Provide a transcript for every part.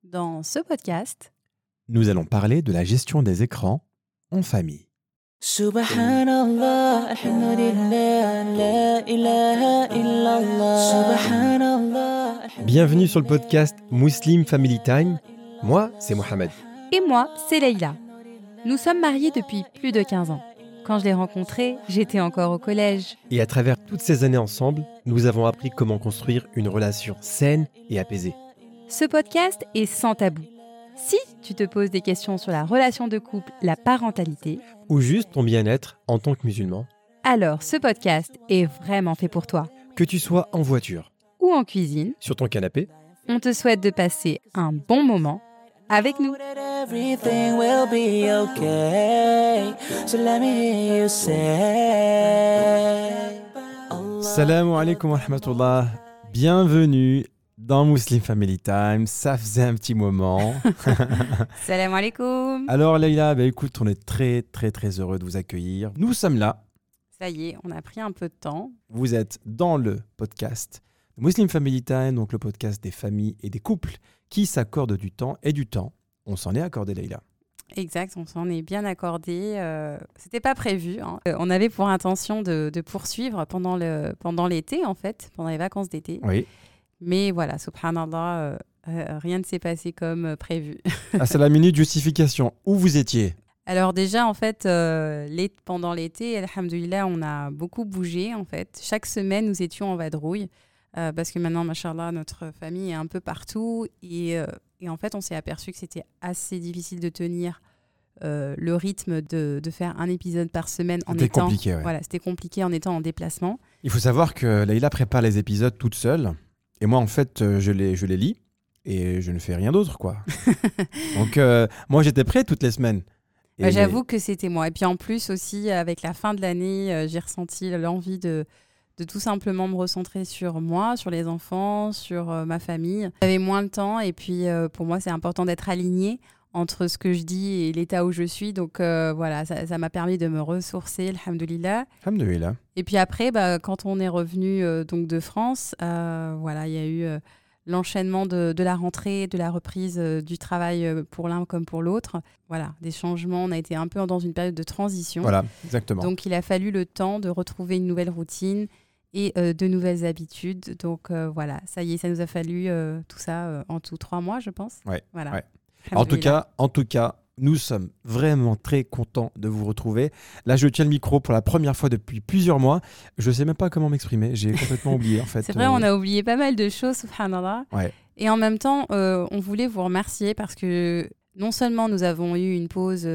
Dans ce podcast, nous allons parler de la gestion des écrans en famille. Subhanallah, alhamdulillah, la ilaha illallah. Subhanallah. Bienvenue sur le podcast Muslim Family Time. Moi, c'est Mohamed. et moi, c'est Leïla. Nous sommes mariés depuis plus de 15 ans. Quand je l'ai rencontré, j'étais encore au collège. Et à travers toutes ces années ensemble, nous avons appris comment construire une relation saine et apaisée. Ce podcast est sans tabou. Si tu te poses des questions sur la relation de couple, la parentalité, Ou juste ton bien-être en tant que musulman. alors ce podcast est vraiment fait pour toi. Que tu sois en voiture, Ou en cuisine, sur ton canapé, on te souhaite de passer un bon moment avec nous. That everything will be okay. So let me hear you say. Salam alaikum wa rahmatullah. Bienvenue dans Muslim Family Time. Ça faisait un petit moment. Salam alaikum. Alors Leïla, écoute, on est très heureux de vous accueillir. Nous sommes là. Ça y est, on a pris un peu de temps. Vous êtes dans le podcast Muslim Family Time, donc le podcast des familles et des couples qui s'accordent du temps et du temps. On s'en est accordé, Leïla. Exact, on s'en est bien accordé. C'était pas prévu. On avait pour intention de poursuivre pendant l'été, en fait, pendant les vacances d'été. Oui. Mais voilà, subhanallah, rien ne s'est passé comme prévu. Ah, c'est la minute justification. Où vous étiez ? Alors déjà, en fait, pendant l'été, alhamdoulilah, on a beaucoup bougé, en fait. Chaque semaine, nous étions en vadrouille. Parce que maintenant, machallah, notre famille est un peu partout. Et en fait, on s'est aperçu que c'était assez difficile de tenir le rythme de faire un épisode par semaine en C'était étant... compliqué, ouais. Voilà, c'était compliqué en étant en déplacement. Il faut savoir que Leïla prépare les épisodes toute seule. Et moi, en fait, je les lis et je ne fais rien d'autre, quoi. Donc, moi, j'étais prêt toutes les semaines. Et J'avoue que c'était moi. Et puis en plus aussi, avec la fin de l'année, j'ai ressenti l'envie de tout simplement me recentrer sur moi, sur les enfants, sur ma famille. J'avais moins de temps et puis pour moi, c'est important d'être alignée entre ce que je dis et l'état où je suis. Donc voilà, ça m'a permis de me ressourcer, alhamdoulilah. Alhamdoulilah. Et puis après, quand on est revenu donc de France, voilà, il y a eu l'enchaînement de la rentrée, de la reprise du travail pour l'un comme pour l'autre. Voilà, des changements. On a été un peu dans une période de transition. Voilà, exactement. Donc, il a fallu le temps de retrouver une nouvelle routine et de nouvelles habitudes. Donc, voilà, ça y est, ça nous a fallu tout ça en tout 3 mois, je pense. Ouais, Voilà. ouais. En tout cas, nous sommes vraiment très contents de vous retrouver. Là, je tiens le micro pour la première fois depuis plusieurs mois. Je ne sais même pas comment m'exprimer. J'ai complètement oublié, en fait. C'est vrai, on a oublié pas mal de choses, subhanallah. Ouais. Et en même temps, on voulait vous remercier parce que non seulement nous avons eu une pause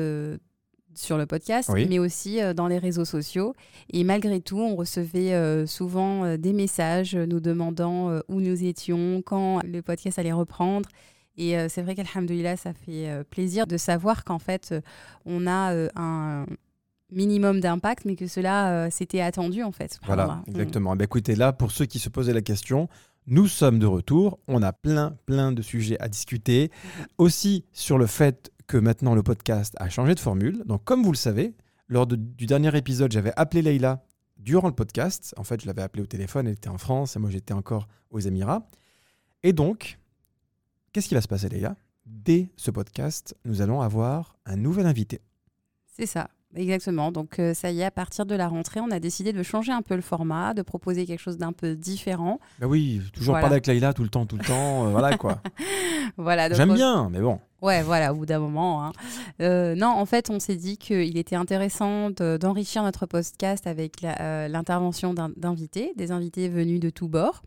sur le podcast, Oui. mais aussi dans les réseaux sociaux. Et malgré tout, on recevait souvent des messages nous demandant où nous étions, quand le podcast allait reprendre. Et c'est vrai qu'alhamdoulilah, ça fait plaisir de savoir qu'en fait, on a un minimum d'impact, mais que cela, c'était attendu en fait. Voilà, exactement. Écoutez, là, pour ceux qui se posaient la question, nous sommes de retour. On a plein de sujets à discuter. Aussi sur le fait que maintenant le podcast a changé de formule. Donc, comme vous le savez, lors du dernier épisode, j'avais appelé Leïla durant le podcast. En fait, je l'avais appelée au téléphone. Elle était en France et moi, j'étais encore aux Émirats. Et donc, qu'est-ce qui va se passer, Leïla ? Dès ce podcast, nous allons avoir un nouvel invité. C'est ça, exactement. Donc ça y est, à partir de la rentrée, on a décidé de changer un peu le format, de proposer quelque chose d'un peu différent. Ben oui, toujours Voilà. parler avec Leïla tout le temps, voilà quoi. Voilà, donc J'aime bien, mais bon. Ouais, voilà, au bout d'un moment. Hein. Non, en fait, on s'est dit qu'il était intéressant d'enrichir notre podcast avec l'intervention d'invités, des invités venus de tous bords,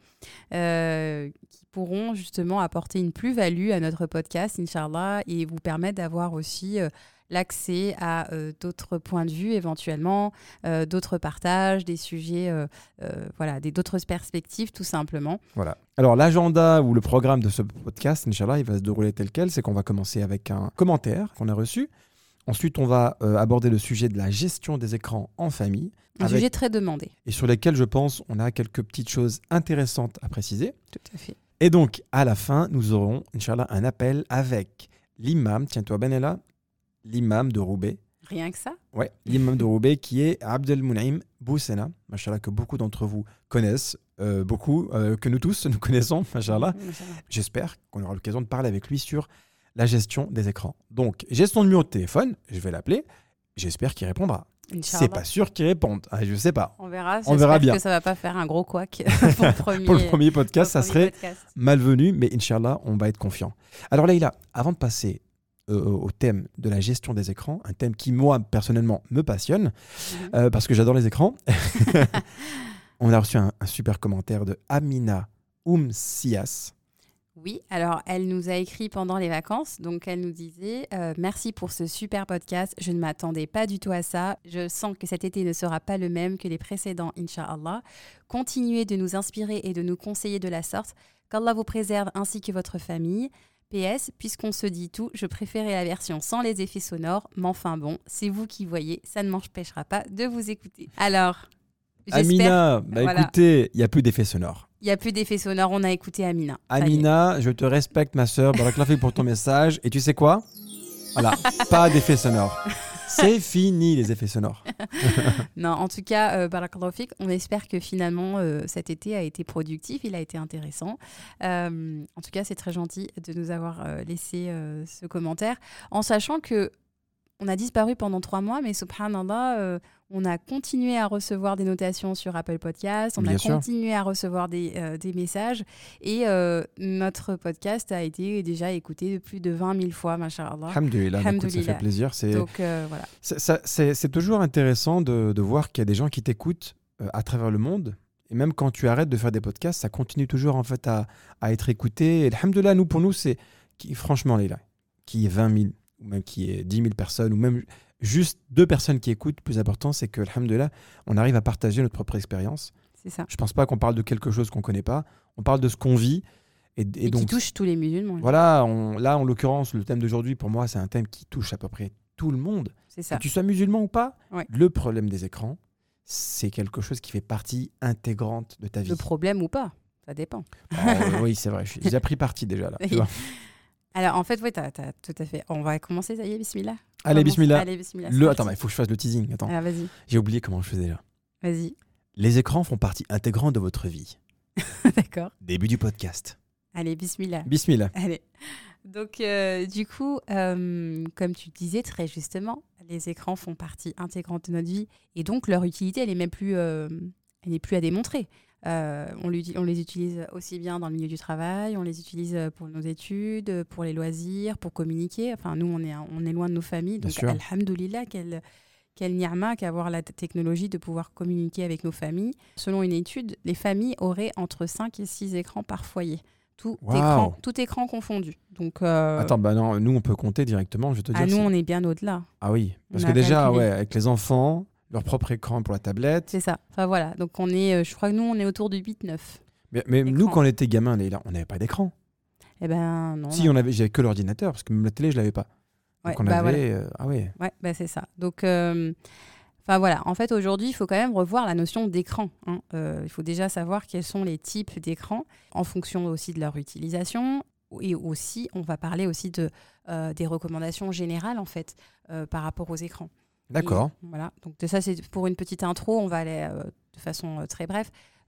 qui pourront justement apporter une plus-value à notre podcast, Inch'Allah, et vous permettre d'avoir aussi l'accès à d'autres points de vue éventuellement, d'autres partages, des sujets, voilà, d'autres perspectives tout simplement. Voilà. Alors l'agenda ou le programme de ce podcast, Inch'Allah, il va se dérouler tel quel. C'est qu'on va commencer avec un commentaire qu'on a reçu. Ensuite, on va aborder le sujet de la gestion des écrans en famille. Un sujet très demandé. Et sur lequel, je pense, on a quelques petites choses intéressantes à préciser. Tout à fait. Et donc, à la fin, nous aurons, Inch'Allah, un appel avec l'imam, tiens-toi Benella, l'imam de Roubaix, Rien que ça. Ouais, l'imam de Roubaix qui est Abdelmounaim Boussena, machallah, que beaucoup d'entre vous connaissent, que nous tous nous connaissons, machallah. J'espère qu'on aura l'occasion de parler avec lui sur la gestion des écrans. Donc, j'ai son numéro de téléphone, je vais l'appeler, j'espère qu'il répondra. Inch'Allah. C'est pas sûr qu'il réponde, je sais pas. On verra. On verra bien. Que ça va pas faire un gros couac pour le premier podcast, ça serait podcast. malvenu, mais Inch'Allah, on va être confiant. Alors Leïla, avant de passer au thème de la gestion des écrans, un thème qui, moi, personnellement, me passionne, parce que j'adore les écrans, on a reçu un super commentaire de Amina Oumsias. Oui, alors elle nous a écrit pendant les vacances, donc elle nous disait « Merci pour ce super podcast, je ne m'attendais pas du tout à ça, je sens que cet été ne sera pas le même que les précédents, Inch'Allah. Continuez de nous inspirer et de nous conseiller de la sorte, qu'Allah vous préserve ainsi que votre famille. PS, puisqu'on se dit tout, je préférais la version sans les effets sonores, mais enfin bon, c'est vous qui voyez, ça ne m'empêchera pas de vous écouter. » Alors, Amina, voilà. Écoutez, il n'y a plus d'effets sonores. Il n'y a plus d'effets sonores, on a écouté Amina. Amina, je te respecte, ma sœur. Barakallahu fik pour ton message. Et tu sais quoi? Voilà, pas d'effets sonores. C'est fini, les effets sonores. Non, en tout cas, Barakallahu fik, on espère que finalement, cet été a été productif, il a été intéressant. En tout cas, c'est très gentil de nous avoir laissé ce commentaire, en sachant que on a disparu pendant 3 mois, mais subhanallah, on a continué à recevoir des notations sur Apple Podcasts, on Bien a sûr. continué à recevoir des messages, et notre podcast a été déjà écouté de plus de 20 000 fois, masha'Allah. Alhamdulillah, écoute, ça fait plaisir. Donc voilà. C'est toujours intéressant de voir qu'il y a des gens qui t'écoutent à travers le monde. Et même quand tu arrêtes de faire des podcasts, ça continue toujours en fait à être écouté. Et alhamdulillah, pour nous, c'est franchement, Leïla, qui est 20 000, ou même qui est 10 000 personnes, ou même juste 2 personnes qui écoutent, le plus important, c'est que, alhamdoulilah, on arrive à partager notre propre expérience. C'est ça. Je ne pense pas qu'on parle de quelque chose qu'on ne connaît pas. On parle de ce qu'on vit. Et donc, qui touche tous les musulmans. Voilà, là, en l'occurrence, le thème d'aujourd'hui, pour moi, c'est un thème qui touche à peu près tout le monde. C'est ça. Que tu sois musulman ou pas, ouais. Le problème des écrans, c'est quelque chose qui fait partie intégrante de ta vie. Le problème ou pas, ça dépend. Oui, c'est vrai. J'ai déjà pris parti déjà, là. Tu vois. Alors, en fait, oui, t'as tout à fait. On va commencer, ça y est, bismillah. Allez, bismillah. Allez, bismillah. Attends, il faut que je fasse le teasing. Attends. Alors, vas-y. J'ai oublié comment je faisais là. Vas-y. Les écrans font partie intégrante de votre vie. D'accord. Début du podcast. Allez, bismillah. Bismillah. Allez. Donc, du coup, comme tu disais très justement, les écrans font partie intégrante de notre vie. Et donc, leur utilité, elle est même plus, elle n'est plus à démontrer. On les utilise aussi bien dans le milieu du travail, on les utilise pour nos études, pour les loisirs, pour communiquer. Enfin, nous, on est loin de nos familles. Bien Donc, sûr. alhamdoulilah, quelle ni'ma qu'avoir la technologie de pouvoir communiquer avec nos familles. Selon une étude, les familles auraient entre 5 et 6 écrans par foyer. Tout écran confondu. Donc, Attends, bah non, nous, on peut compter directement, je vais te dire. nous, on est bien au-delà. Ah oui, parce On que a déjà, calculé. avec les enfants, leur propre écran pour la tablette. C'est ça. Enfin, voilà. Donc, on est, je crois que nous, on est autour de 8-9. Mais nous, Écran. quand on était gamin, Leïla, on n'avait pas d'écran. Eh ben, non. Si, j'avais que l'ordinateur, parce que même la télé, je l'avais pas. Donc Ouais, on avait... voilà. ah ouais. Ouais, bah c'est ça. Donc, enfin voilà. En fait, aujourd'hui, il faut quand même revoir la notion d'écran. Hein. Il faut déjà savoir quels sont les types d'écrans en fonction aussi de leur utilisation. Et aussi, on va parler aussi des recommandations générales, en fait, par rapport aux écrans. D'accord. Et, voilà. Donc, ça, c'est pour une petite intro. On va aller de façon très brève.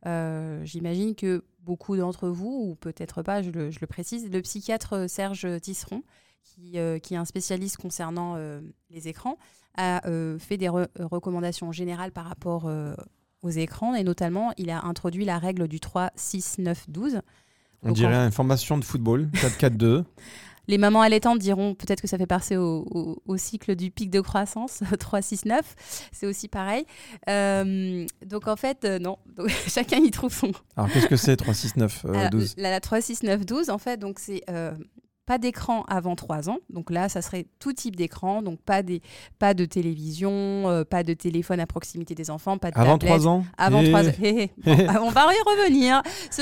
J'imagine que beaucoup d'entre vous, ou peut-être pas, je le précise, le psychiatre Serge Tisseron, qui est un spécialiste concernant les écrans, a fait des recommandations générales par rapport aux écrans, et notamment, il a introduit la règle du 3-6-9-12. On dirait une formation de football, 4-4-2. Les mamans allaitantes diront peut-être que ça fait passer au cycle du pic de croissance, 3-6-9, c'est aussi pareil. Donc en fait, non, donc, chacun y trouve son... Alors qu'est-ce que c'est 3-6-9-12 La 3-6-9-12, en fait, donc c'est... pas d'écran avant 3 ans. Donc là, ça serait tout type d'écran. Donc pas de télévision, pas de téléphone à proximité des enfants, pas de Avant tablette. 3 ans Avant 3 ans. Bon, on va y revenir.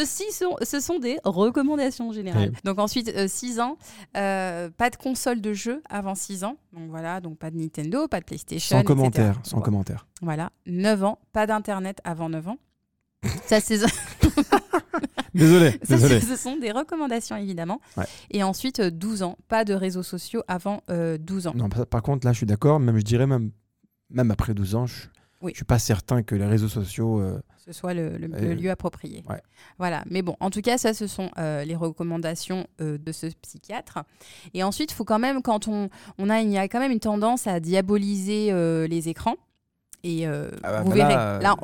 Ce sont des recommandations générales. Donc ensuite, 6 ans, pas de console de jeu avant 6 ans. Donc voilà, donc pas de Nintendo, pas de PlayStation, Sans commentaire, etc. sans commentaire. Voilà. 9 ans, pas d'Internet avant 9 ans. Ça, c'est... Désolé. Ce sont des recommandations, évidemment. Ouais. Et ensuite, 12 ans. Pas de réseaux sociaux avant 12 ans. Non, par contre, là, je suis d'accord. Même, je dirais même après 12 ans, je suis pas certain que les réseaux sociaux... ce soit le lieu approprié. Ouais. Voilà. Mais bon, en tout cas, ça, ce sont les recommandations de ce psychiatre. Et ensuite, il faut quand même, il y a quand même une tendance à diaboliser les écrans. Et vous verrez. Là,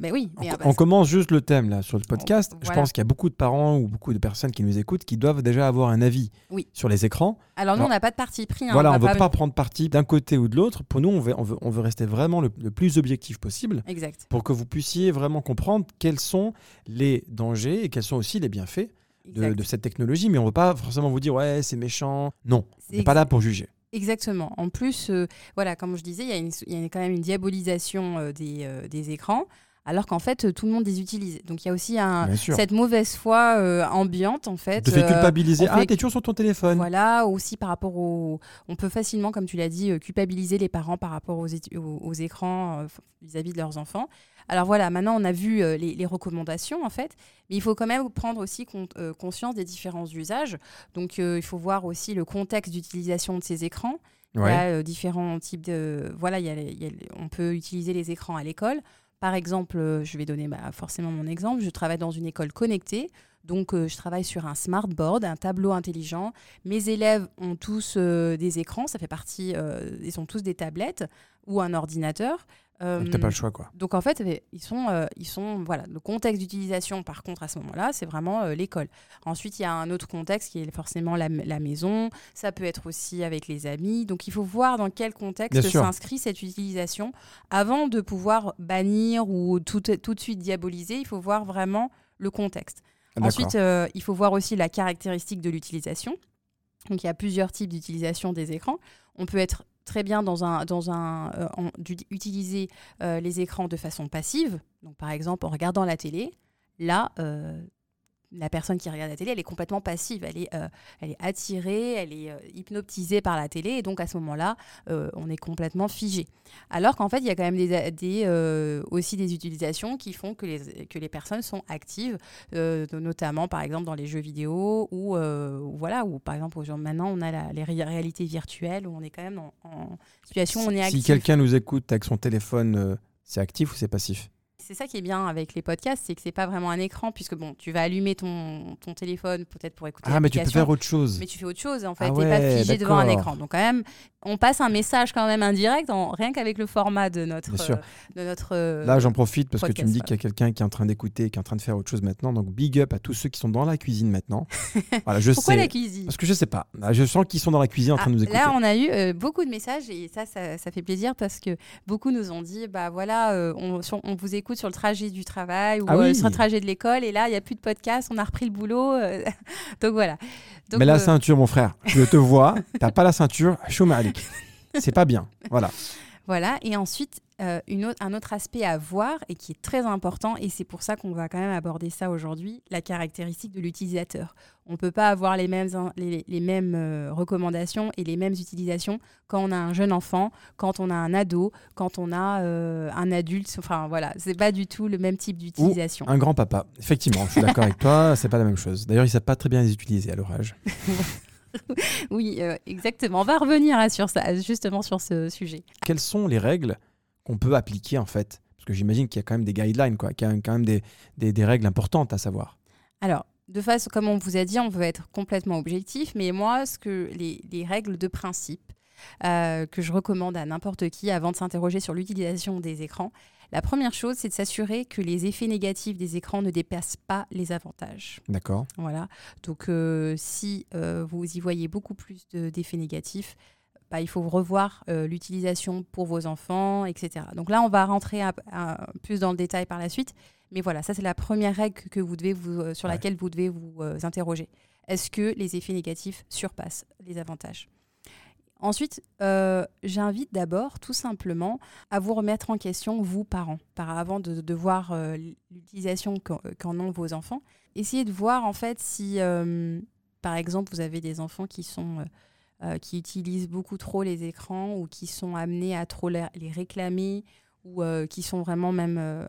on commence juste le thème là sur le podcast. Je pense qu'il y a beaucoup de parents ou beaucoup de personnes qui nous écoutent qui doivent déjà avoir un avis sur les écrans. Alors nous, on n'a pas de parti pris. Voilà, on ne veut pas prendre parti d'un côté ou de l'autre. Pour nous, on veut rester vraiment le plus objectif possible. Exact. Pour que vous puissiez vraiment comprendre quels sont les dangers et quels sont aussi les bienfaits de cette technologie. Mais on ne veut pas forcément vous dire ouais, c'est méchant. Non, on n'est pas là pour juger. Exactement. En plus, comme je disais, il y a quand même une diabolisation des écrans, alors qu'en fait, tout le monde les utilise. Donc, il y a aussi cette mauvaise foi ambiante, en fait. Te fait culpabiliser. T'es toujours sur ton téléphone. Voilà, aussi par rapport On peut facilement, comme tu l'as dit, culpabiliser les parents par rapport aux écrans vis-à-vis de leurs enfants. Alors voilà, maintenant on a vu les recommandations en fait, mais il faut quand même prendre aussi conscience des différents usages. Donc il faut voir aussi le contexte d'utilisation de ces écrans. Il y a différents types de... Voilà, on peut utiliser les écrans à l'école. Par exemple, je vais donner forcément mon exemple, je travaille dans une école connectée. Donc, je travaille sur un smartboard, un tableau intelligent. Mes élèves ont tous des écrans, ça fait partie... ils ont tous des tablettes ou un ordinateur. Donc, t'as pas le choix, quoi. Donc, en fait, ils sont voilà, le contexte d'utilisation, par contre, à ce moment-là, c'est vraiment l'école. Ensuite, il y a un autre contexte qui est forcément la maison. Ça peut être aussi avec les amis. Donc, il faut voir dans quel contexte s'inscrit cette utilisation. Avant de pouvoir bannir ou tout de suite diaboliser, il faut voir vraiment le contexte. Ensuite, il faut voir aussi la caractéristique de l'utilisation. Donc, il y a plusieurs types d'utilisation des écrans. On peut être très bien utiliser les écrans de façon passive. Donc, par exemple, en regardant la télé, là, la personne qui regarde la télé, elle est complètement passive. Elle est attirée, elle est hypnotisée par la télé. Et donc, à ce moment-là, on est complètement figé. Alors qu'en fait, il y a quand même aussi des utilisations qui font que les personnes sont actives, notamment, par exemple, dans les jeux vidéo ou par exemple, maintenant, on a les réalités virtuelles où on est quand même en situation où on est actif. Si quelqu'un nous écoute avec son téléphone, c'est actif ou c'est passif ? C'est ça qui est bien avec les podcasts, c'est que c'est pas vraiment un écran, puisque bon, tu vas allumer ton téléphone peut-être pour écouter l'application. Mais tu peux faire autre chose. Mais tu fais autre chose, en fait. T'es pas figé devant un écran. Donc quand même, on passe un message quand même indirect, rien qu'avec le format de notre Là, j'en profite parce podcast, que tu me dis qu'il y a quelqu'un qui est en train d'écouter, qui est en train de faire autre chose maintenant. Donc big up à tous ceux qui sont dans la cuisine maintenant. Voilà, Pourquoi la cuisine ? Parce que je sais pas. Là, je sens qu'ils sont dans la cuisine en train de nous écouter. Là, on a eu beaucoup de messages et ça fait plaisir parce que beaucoup nous ont dit, on vous écoute sur le trajet du travail ou sur le trajet de l'école et là, il n'y a plus de podcast, on a repris le boulot. Donc voilà. Mais la ceinture, mon frère, je te vois, t'as pas la ceinture, choumalik. C'est pas bien. Voilà. Voilà. Et ensuite, un autre aspect à voir et qui est très important, et c'est pour ça qu'on va quand même aborder ça aujourd'hui, la caractéristique de l'utilisateur. On ne peut pas avoir les mêmes recommandations et les mêmes utilisations quand on a un jeune enfant, quand on a un ado, quand on a un adulte. Enfin voilà, c'est pas du tout le même type d'utilisation. Ou un grand-papa. Effectivement, je suis d'accord avec toi, c'est pas la même chose. D'ailleurs, ils savent pas très bien les utiliser à leur âge. Oui, exactement. On va revenir justement sur ce sujet. Quelles sont les règles qu'on peut appliquer en fait ? Parce que j'imagine qu'il y a quand même des guidelines, qu'il y a quand même des règles importantes à savoir. Alors, de façon, comme on vous a dit, on veut être complètement objectif, mais moi, les règles de principe que je recommande à n'importe qui avant de s'interroger sur l'utilisation des écrans, la première chose, c'est de s'assurer que les effets négatifs des écrans ne dépassent pas les avantages. D'accord. Voilà. Donc, si vous y voyez beaucoup plus d'effets négatifs, il faut revoir l'utilisation pour vos enfants, etc. Donc là, on va rentrer plus dans le détail par la suite. Mais voilà, ça, c'est la première règle que vous devez sur laquelle vous devez vous interroger. Est-ce que les effets négatifs surpassent les avantages ? Ensuite, j'invite d'abord tout simplement à vous remettre en question, vous, parents, avant de voir l'utilisation qu'en ont vos enfants. Essayez de voir en fait si, par exemple, vous avez des enfants qui utilisent beaucoup trop les écrans ou qui sont amenés à trop les réclamer ou qui sont vraiment même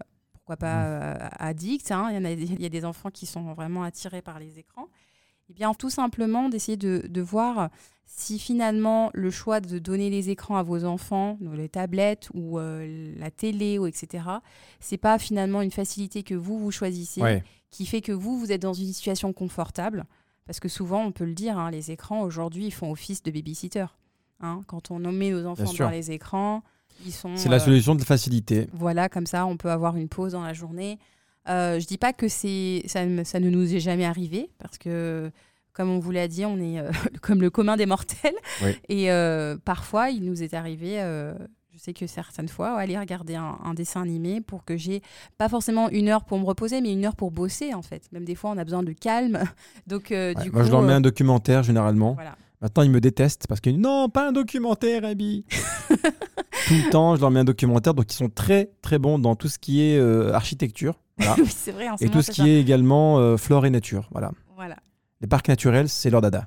pourquoi pas addicts, hein. Il y a des enfants qui sont vraiment attirés par les écrans. Eh bien, tout simplement d'essayer de voir si finalement le choix de donner les écrans à vos enfants, les tablettes ou la télé, ou etc., c'est pas finalement une facilité que vous choisissez, qui fait que vous êtes dans une situation confortable. Parce que souvent, on peut le dire, hein, les écrans, aujourd'hui, ils font office de babysitter. Hein, quand on met nos enfants dans les écrans, ils sont... C'est la solution de facilité. Voilà, comme ça, on peut avoir une pause dans la journée. Je dis pas que ça ne nous est jamais arrivé, parce que, comme on vous l'a dit, on est comme le commun des mortels. Oui. Et parfois, il nous est arrivé... je sais que certaines fois, aller regarder un dessin animé pour que j'ai pas forcément 1 heure pour me reposer, mais 1 heure pour bosser, en fait. Même des fois, on a besoin de calme. Donc, du coup, moi, je leur mets un documentaire, généralement. Voilà. Maintenant, ils me détestent parce que non, pas un documentaire, Abby. Tout le temps, je leur mets un documentaire. Donc, ils sont très, très bons dans tout ce qui est architecture. Voilà. Oui, c'est vrai. En ce et moment, tout ce qui est également flore et nature. Voilà. Les parcs naturels, c'est leur dada.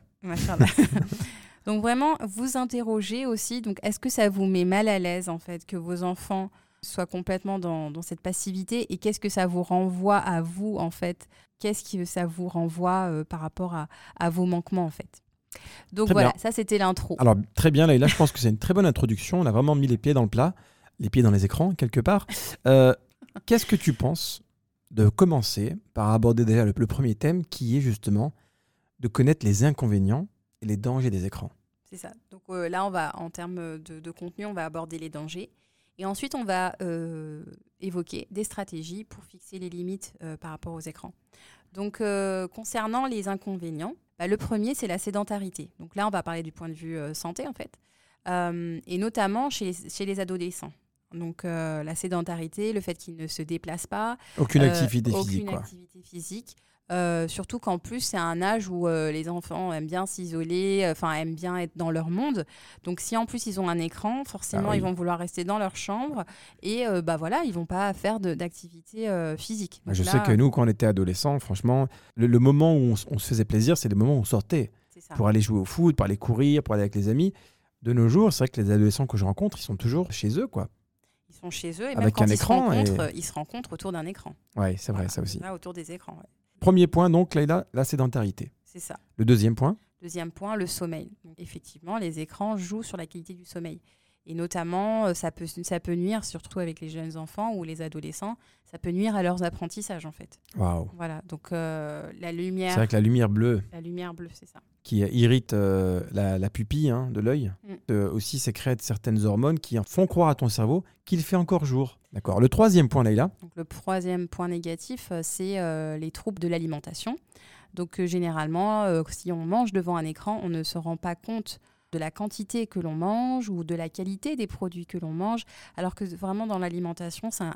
Donc vraiment, vous interrogez aussi, donc est-ce que ça vous met mal à l'aise en fait que vos enfants soient complètement dans cette passivité, et qu'est-ce que ça vous renvoie à vous en fait? Qu'est-ce que ça vous renvoie par rapport à vos manquements en fait? Donc voilà, ça c'était l'intro. Alors très bien Leïla, je pense que c'est une très bonne introduction, on a vraiment mis les pieds dans le plat, les pieds dans les écrans quelque part. Qu'est-ce que tu penses de commencer par aborder déjà le premier thème, qui est justement de connaître les inconvénients et les dangers des écrans? C'est ça. Donc là, on va, en termes de contenu, on va aborder les dangers. Et ensuite, on va évoquer des stratégies pour fixer les limites par rapport aux écrans. Donc, concernant les inconvénients, le premier, c'est la sédentarité. Donc là, on va parler du point de vue santé, en fait. Et notamment chez les adolescents. Donc, la sédentarité, le fait qu'ils ne se déplacent pas. Aucune activité physique. Aucune activité physique. Surtout qu'en plus, c'est un âge où les enfants aiment bien s'isoler, aiment bien être dans leur monde. Donc, si en plus, ils ont un écran, forcément, ils vont vouloir rester dans leur chambre et ils ne vont pas faire d'activité physique. Donc, sais que nous, quand on était adolescents, franchement, le moment où on se faisait plaisir, c'est le moment où on sortait pour aller jouer au foot, pour aller courir, pour aller avec les amis. De nos jours, c'est vrai que les adolescents que je rencontre, ils sont toujours chez eux, quoi. Ils sont chez eux et avec même quand un écran ils se rencontrent autour d'un écran. Oui, c'est vrai, ça aussi. Là, autour des écrans, Premier point, donc, Leïla, la sédentarité. C'est ça. Le deuxième point? Deuxième point, le sommeil. Donc, effectivement, les écrans jouent sur la qualité du sommeil. Et notamment, ça peut nuire, surtout avec les jeunes enfants ou les adolescents, ça peut nuire à leurs apprentissages, en fait. Waouh. Voilà, donc la lumière... C'est vrai que la lumière bleue... La lumière bleue, c'est ça. Qui irrite la pupille de l'œil. Aussi sécrète certaines hormones qui font croire à ton cerveau qu'il fait encore jour. D'accord. Le troisième point, Leïla? Donc, le troisième point négatif, c'est les troubles de l'alimentation. Donc généralement, si on mange devant un écran, on ne se rend pas compte de la quantité que l'on mange ou de la qualité des produits que l'on mange, alors que vraiment dans l'alimentation, c'est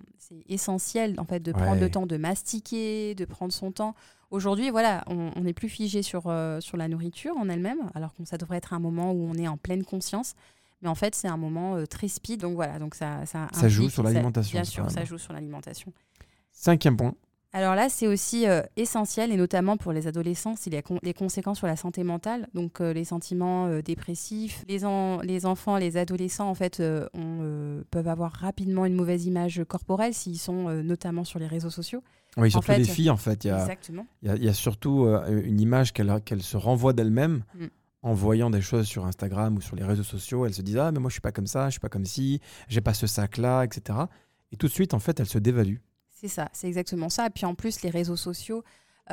essentiel en fait de prendre le temps de mastiquer, de prendre son temps. Aujourd'hui, voilà, on n'est plus figé sur la nourriture en elle-même, alors que ça devrait être un moment où on est en pleine conscience. Mais en fait, c'est un moment très speed. Donc voilà, donc ça joue sur l'alimentation. Bien sûr, ça joue sur l'alimentation. Cinquième point. Alors là, c'est aussi essentiel, et notamment pour les adolescents, c'est les conséquences sur la santé mentale. Donc les sentiments dépressifs. Les enfants, les adolescents, en fait, peuvent avoir rapidement une mauvaise image corporelle s'ils sont notamment sur les réseaux sociaux. Oui, surtout les filles, en fait. Exactement. Il y a surtout une image qu'elles se renvoient d'elles-mêmes. En voyant des choses sur Instagram ou sur les réseaux sociaux, elles se disent « Ah, mais moi, je suis pas comme ça, je suis pas comme ci, j'ai pas ce sac-là, etc. » Et tout de suite, en fait, elles se dévaluent. C'est ça, c'est exactement ça. Et puis en plus, les réseaux sociaux,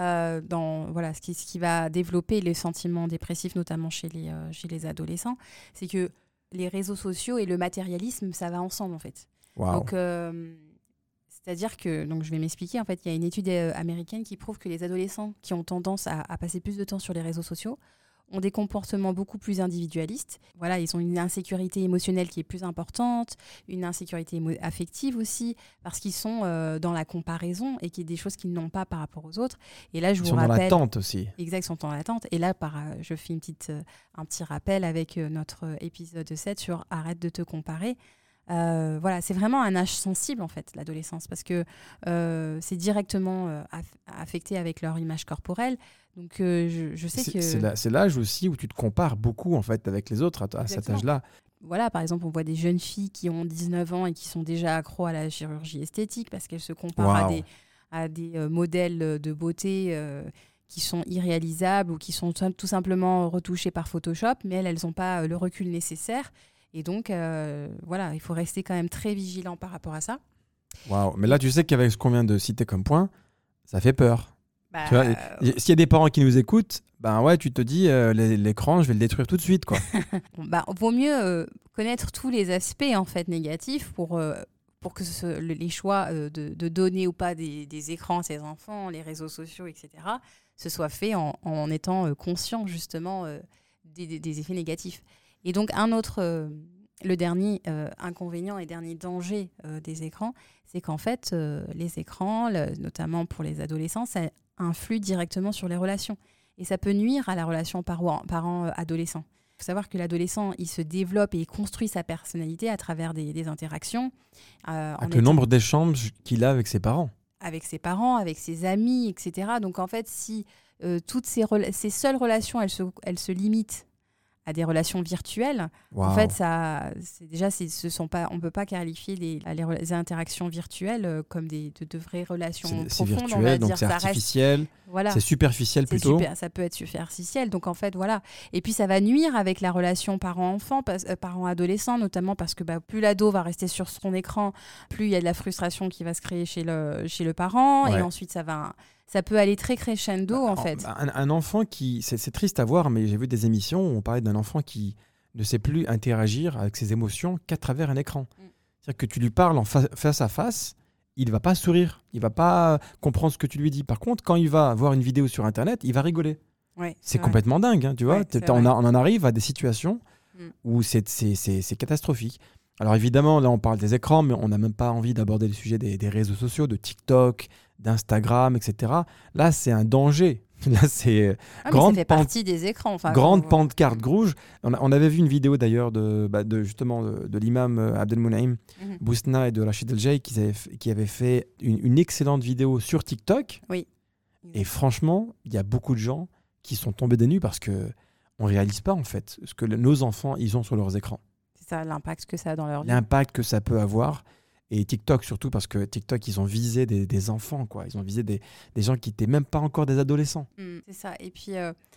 ce qui va développer les sentiments dépressifs, notamment chez les adolescents, c'est que les réseaux sociaux et le matérialisme, ça va ensemble, en fait. Wow. Donc, c'est-à-dire que, donc je vais m'expliquer, en fait, il y a une étude américaine qui prouve que les adolescents qui ont tendance à passer plus de temps sur les réseaux sociaux ont des comportements beaucoup plus individualistes. Voilà, ils ont une insécurité émotionnelle qui est plus importante, une insécurité affective aussi, parce qu'ils sont dans la comparaison et qu'il y a des choses qu'ils n'ont pas par rapport aux autres. Et là, je vous rappelle... Ils sont dans l'attente aussi. Exact, ils sont dans l'attente. Et là, je fais un petit rappel avec notre épisode 7 sur « Arrête de te comparer ». Voilà, c'est vraiment un âge sensible en fait, l'adolescence, parce que c'est directement affecté avec leur image corporelle. Donc je sais que c'est l'âge aussi où tu te compares beaucoup en fait avec les autres à cet âge-là. voilà, par exemple, on voit des jeunes filles qui ont 19 ans et qui sont déjà accros à la chirurgie esthétique parce qu'elles se comparent à des modèles de beauté qui sont irréalisables ou qui sont tout simplement retouchés par Photoshop, mais elles n'ont pas le recul nécessaire. Et donc, voilà, il faut rester quand même très vigilant par rapport à ça. Waouh, mais là, tu sais qu'avec ce qu'on vient de citer comme point, ça fait peur. Bah, Tu vois, s'il y a des parents qui nous écoutent, ben ouais, tu te dis, l'écran, je vais le détruire tout de suite, quoi. vaut mieux connaître tous les aspects en fait négatifs pour que les choix de donner ou pas des écrans à ses enfants, les réseaux sociaux, etc., se soient faits en étant conscient justement des effets négatifs. Et donc le dernier inconvénient et dernier danger des écrans, c'est qu'en fait, les écrans, notamment pour les adolescents, ça influe directement sur les relations. Et ça peut nuire à la relation parent-adolescent. Il faut savoir que l'adolescent, il se développe et il construit sa personnalité à travers des interactions. Avec le nombre d'échanges qu'il a avec ses parents. Avec ses parents, avec ses amis, etc. Donc en fait, si toutes ces seules relations, elles se limitent à des relations virtuelles, en fait, on ne peut pas qualifier les interactions virtuelles comme de vraies relations profondes. C'est virtuel, donc c'est artificiel, c'est superficiel plutôt. Ça peut être superficiel, donc en fait, voilà. Et puis, ça va nuire avec la relation parent-enfant, parent-adolescent, notamment parce que plus l'ado va rester sur son écran, plus il y a de la frustration qui va se créer chez le parent, et ensuite, ça peut aller très crescendo, en fait. Un enfant qui... C'est triste à voir, mais j'ai vu des émissions où on parlait d'un enfant qui ne sait plus interagir avec ses émotions qu'à travers un écran. C'est-à-dire que tu lui parles face à face, il ne va pas sourire, il ne va pas comprendre ce que tu lui dis. Par contre, quand il va voir une vidéo sur Internet, il va rigoler. Ouais, c'est complètement dingue, hein, tu vois. On en arrive à des situations où c'est catastrophique. Alors évidemment, là on parle des écrans, mais on n'a même pas envie d'aborder le sujet des réseaux sociaux, de TikTok, d'Instagram, etc. Là, c'est un danger. Là, c'est ça fait partie des écrans. Grande pancarte rouge. On avait vu une vidéo d'ailleurs justement de l'imam Abdelmounayim Bousna et de Rachid El Jay qui avaient fait une excellente vidéo sur TikTok. Oui. Et franchement, il y a beaucoup de gens qui sont tombés des nues parce qu'on ne réalise pas en fait ce que nos enfants ils ont sur leurs écrans. C'est ça, l'impact que ça a dans leur vie. L'impact que ça peut avoir. Et TikTok surtout, parce que TikTok, ils ont visé des enfants, quoi. Ils ont visé des gens qui n'étaient même pas encore des adolescents. C'est ça. Et puis,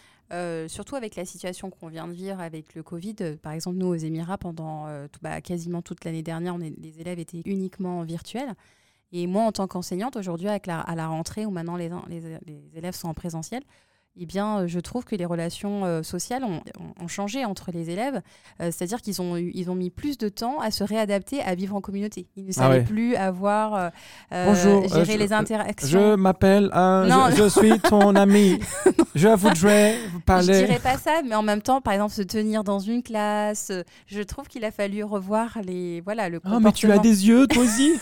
surtout avec la situation qu'on vient de vivre avec le Covid, par exemple, nous, aux Émirats, pendant quasiment toute l'année dernière, les élèves étaient uniquement virtuels. Et moi, en tant qu'enseignante, aujourd'hui, à la rentrée, où maintenant les élèves sont en présentiel, eh bien, je trouve que les relations sociales ont changé entre les élèves. C'est-à-dire qu'ils ont mis plus de temps à se réadapter à vivre en communauté. Ils ne savaient plus avoir gérer les interactions. Je m'appelle, je suis ton ami. Je voudrais vous parler. Je dirais pas ça, mais en même temps, par exemple, se tenir dans une classe. Je trouve qu'il a fallu revoir le comportement. Mais tu as des yeux, toi aussi.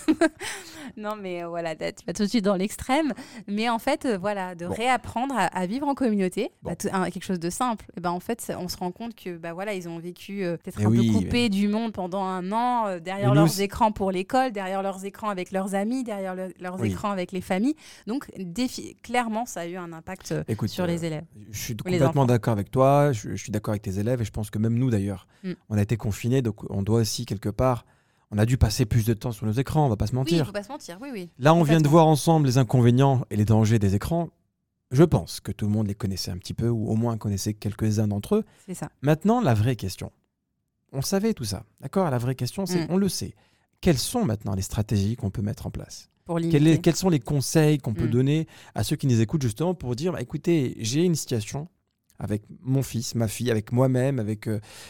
Non, mais voilà, tu vas tout de suite dans l'extrême. Mais en fait, réapprendre à vivre en communauté, quelque chose de simple. Et en fait, on se rend compte que ils ont vécu peut-être un peu coupés du monde pendant un an, derrière leurs écrans pour l'école, derrière leurs écrans avec leurs amis, derrière leurs écrans avec les familles. Donc, clairement, ça a eu un impact sur les élèves. Je suis complètement d'accord avec toi. Je suis d'accord avec tes élèves et je pense que même nous, d'ailleurs, on a été confinés, donc on doit aussi quelque part. On a dû passer plus de temps sur nos écrans, on va pas se mentir. Oui, il faut pas se mentir, oui. Là, on vient de voir ensemble les inconvénients et les dangers des écrans. Je pense que tout le monde les connaissait un petit peu, ou au moins connaissait quelques-uns d'entre eux. C'est ça. Maintenant, la vraie question. On savait tout ça, d'accord ? La vraie question, c'est, on le sait. Quelles sont maintenant les stratégies qu'on peut mettre en place ? Pour limiter. Quels sont les conseils qu'on peut donner à ceux qui nous écoutent justement pour dire, écoutez, j'ai une situation avec mon fils, ma fille, avec moi-même, avec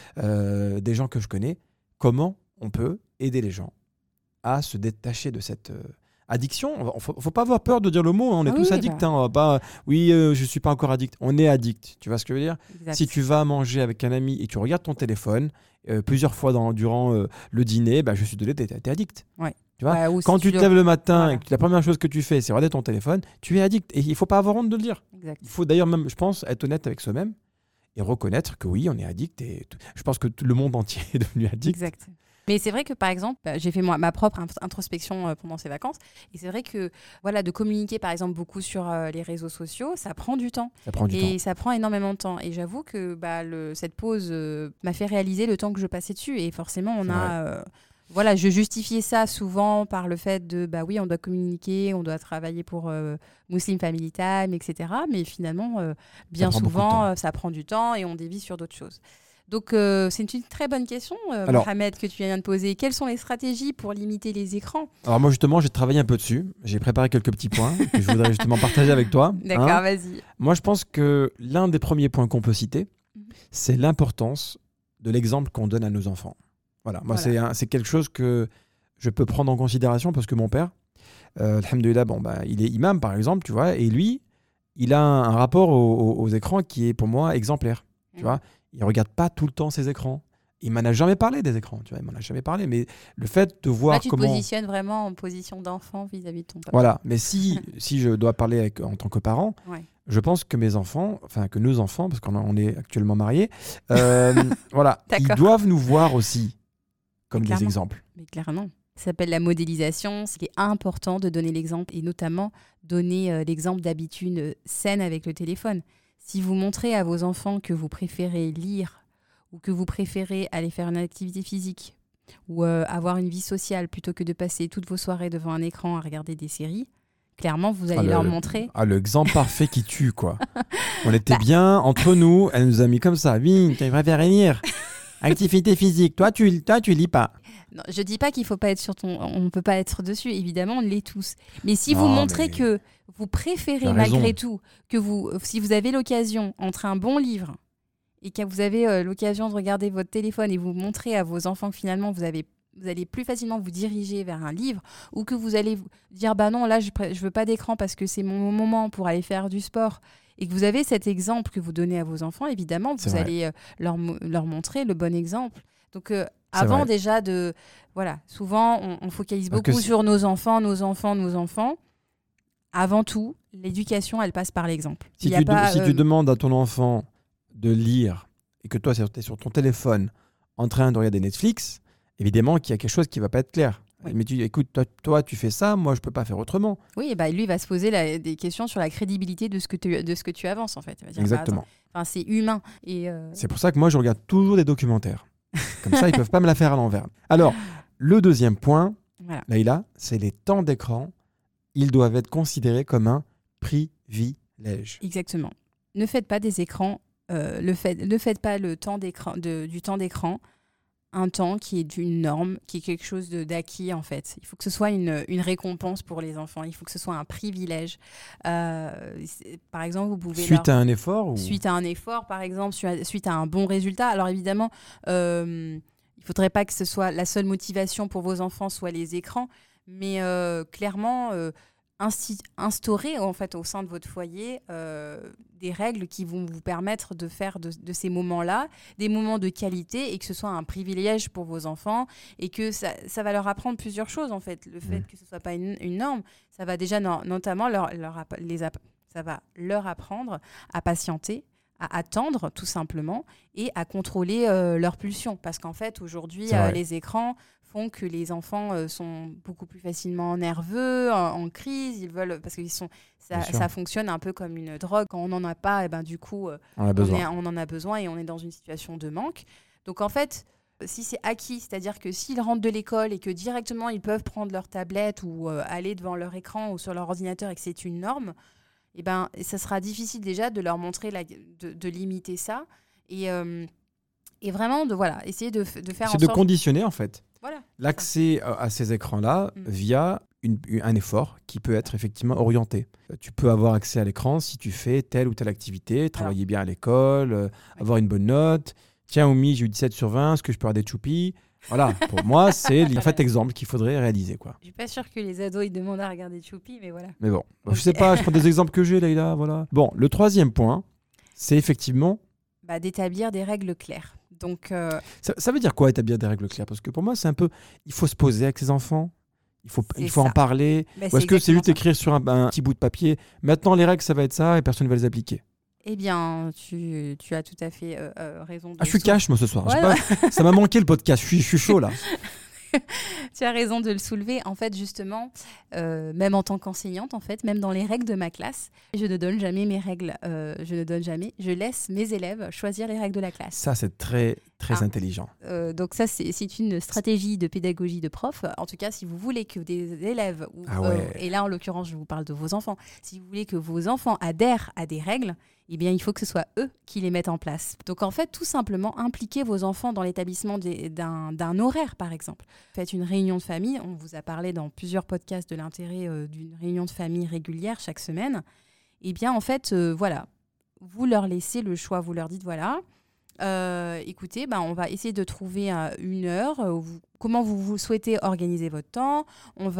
des gens que je connais. Comment on peut aider les gens à se détacher de cette addiction? Faut pas avoir peur de dire le mot, on est tous addicts. On va pas, je suis pas encore addict. On est addict, tu vois ce que je veux dire? Exact. Si tu vas manger avec un ami et tu regardes ton téléphone plusieurs fois durant le dîner, je suis désolé, t'es addict. Ouais. Tu vois, quand tu te lèves le matin et que la première chose que tu fais, c'est regarder ton téléphone, tu es addict. Et il faut pas avoir honte de le dire. Exact. Il faut d'ailleurs même, je pense, être honnête avec soi-même et reconnaître que oui, on est addict. Et je pense que le monde entier est devenu addict. Exact. Mais c'est vrai que, par exemple, j'ai fait ma propre introspection pendant ces vacances. Et c'est vrai que voilà, de communiquer, par exemple, beaucoup sur les réseaux sociaux, ça prend du temps. Ça prend du temps. Et ça prend énormément de temps. Et j'avoue que cette pause m'a fait réaliser le temps que je passais dessus. Et forcément, voilà, je justifiais ça souvent par le fait de, oui, on doit communiquer, on doit travailler pour Muslim Family Time, etc. Mais finalement, bien souvent, ça prend du temps et on dévie sur d'autres choses. Donc, c'est une très bonne question, Mohamed, que tu viens de poser. Quelles sont les stratégies pour limiter les écrans ? Alors moi, justement, j'ai travaillé un peu dessus. J'ai préparé quelques petits points que je voudrais justement partager avec toi. D'accord, vas-y. Moi, je pense que l'un des premiers points qu'on peut citer, c'est l'importance de l'exemple qu'on donne à nos enfants. Voilà, moi, c'est quelque chose que je peux prendre en considération parce que mon père, alhamdoulilah, il est imam, par exemple, tu vois, et lui, il a un rapport aux écrans qui est pour moi exemplaire, tu vois. Il ne regarde pas tout le temps ses écrans. Il m'en a jamais parlé des écrans, tu vois, il m'en a jamais parlé, mais le fait de voir là, tu comment... te positionnes vraiment en position d'enfant vis-à-vis de ton papa. Voilà, mais si je dois parler en tant que parent, je pense que mes enfants, enfin que nos enfants, parce qu'on est actuellement mariés, voilà, ils doivent nous voir aussi comme des exemples. Mais clairement. Ça s'appelle la modélisation. C'est important de donner l'exemple et notamment donner l'exemple d'habitude saine avec le téléphone. Si vous montrez à vos enfants que vous préférez lire ou que vous préférez aller faire une activité physique ou avoir une vie sociale plutôt que de passer toutes vos soirées devant un écran à regarder des séries, clairement, vous allez leur montrer... l'exemple parfait qui tue, quoi. On était bien entre nous, elle nous a mis comme ça. Oui, tu préfères lire. Activité physique. Toi, tu lis pas. Non, je dis pas qu'il faut pas être sur on peut pas être dessus. Évidemment, on l'est tous. Mais si vous montrez que vous préférez malgré tout, si vous avez l'occasion entre un bon livre et que vous avez l'occasion de regarder votre téléphone et vous montrez à vos enfants que finalement vous allez plus facilement vous diriger vers un livre ou que vous allez dire non, là je veux pas d'écran parce que c'est mon moment pour aller faire du sport. Et que vous avez cet exemple que vous donnez à vos enfants, évidemment, vous allez leur montrer le bon exemple. Donc, avant déjà de... Voilà, souvent, on focalise beaucoup sur nos enfants. Avant tout, l'éducation, elle passe par l'exemple. Si tu demandes à ton enfant de lire et que toi, tu es sur ton téléphone en train de regarder Netflix, évidemment qu'il y a quelque chose qui ne va pas être clair. Oui. Mais écoute, toi, tu fais ça, moi, je ne peux pas faire autrement. Oui, et lui, il va se poser des questions sur la crédibilité de ce que tu avances, en fait. Il va dire, exactement. C'est humain. Et c'est pour ça que moi, je regarde toujours des documentaires. Comme ça, ils ne peuvent pas me la faire à l'envers. Alors, le deuxième point, Leïla, c'est les temps d'écran. Ils doivent être considérés comme un privilège. Exactement. Ne faites pas des écrans, ne faites pas du temps d'écran un temps qui est une norme, qui est quelque chose d'acquis en fait. Il faut que ce soit une récompense pour les enfants, il faut que ce soit un privilège. Par exemple, vous pouvez... Suite à un effort Suite à un effort, par exemple, suite à un bon résultat. Alors évidemment, il ne faudrait pas que ce soit la seule motivation pour vos enfants, soit les écrans, mais clairement... instaurer en fait au sein de votre foyer des règles qui vont vous permettre de faire de ces moments-là des moments de qualité et que ce soit un privilège pour vos enfants et que ça va leur apprendre plusieurs choses en fait. Le fait que ce soit pas une norme, ça va déjà notamment ça va leur apprendre à patienter, à attendre tout simplement et à contrôler leurs pulsions parce qu'en fait aujourd'hui les écrans font que les enfants sont beaucoup plus facilement nerveux, en crise, ils veulent parce que ça fonctionne un peu comme une drogue. Quand on n'en a pas, du coup, on en a besoin et on est dans une situation de manque. Donc en fait, si c'est acquis, c'est-à-dire que s'ils rentrent de l'école et que directement ils peuvent prendre leur tablette ou aller devant leur écran ou sur leur ordinateur et que c'est une norme, ça sera difficile déjà de leur montrer de limiter ça et vraiment essayer de faire en sorte... C'est de conditionner en fait. Voilà, l'accès à ces écrans-là via un effort qui peut être effectivement orienté. Tu peux avoir accès à l'écran si tu fais telle ou telle activité, travailler bien à l'école, avoir une bonne note. Tiens, Oumi, j'ai eu 17 sur 20, est-ce que je peux avoir des choupis ? Voilà, pour moi, c'est le fait exemple qu'il faudrait réaliser. Je ne suis pas sûre que les ados ils demandent à regarder Choupi, mais voilà. Mais bon, je ne sais pas, je prends des exemples que j'ai, Leïla. Voilà. Bon, le troisième point, c'est effectivement... d'établir des règles claires. Donc, ça veut dire quoi établir des règles claires ? Parce que pour moi, c'est un peu... Il faut se poser avec ses enfants, il faut en parler. Ou est-ce que c'est juste écrire sur un petit bout de papier ? Maintenant, les règles, ça va être ça et personne ne va les appliquer. Eh bien, tu as tout à fait raison. Je suis cash, moi, ce soir. Ça m'a manqué le podcast, je suis chaud, là. Tu as raison de le soulever. En fait, justement, même en tant qu'enseignante, en fait, même dans les règles de ma classe, je ne donne jamais mes règles. Je laisse mes élèves choisir les règles de la classe. Ça, c'est très, très intelligent. Donc ça, c'est une stratégie de pédagogie de prof. En tout cas, si vous voulez que des élèves, et là, en l'occurrence, je vous parle de vos enfants, si vous voulez que vos enfants adhèrent à des règles, eh bien, il faut que ce soit eux qui les mettent en place. Donc, en fait, tout simplement, impliquez vos enfants dans l'établissement d'un horaire, par exemple. Faites une réunion de famille. On vous a parlé dans plusieurs podcasts de l'intérêt d'une réunion de famille régulière chaque semaine. Eh bien, en fait, voilà, vous leur laissez le choix. Vous leur dites, voilà, écoutez, on va essayer de trouver une heure. Comment vous souhaitez organiser votre temps. On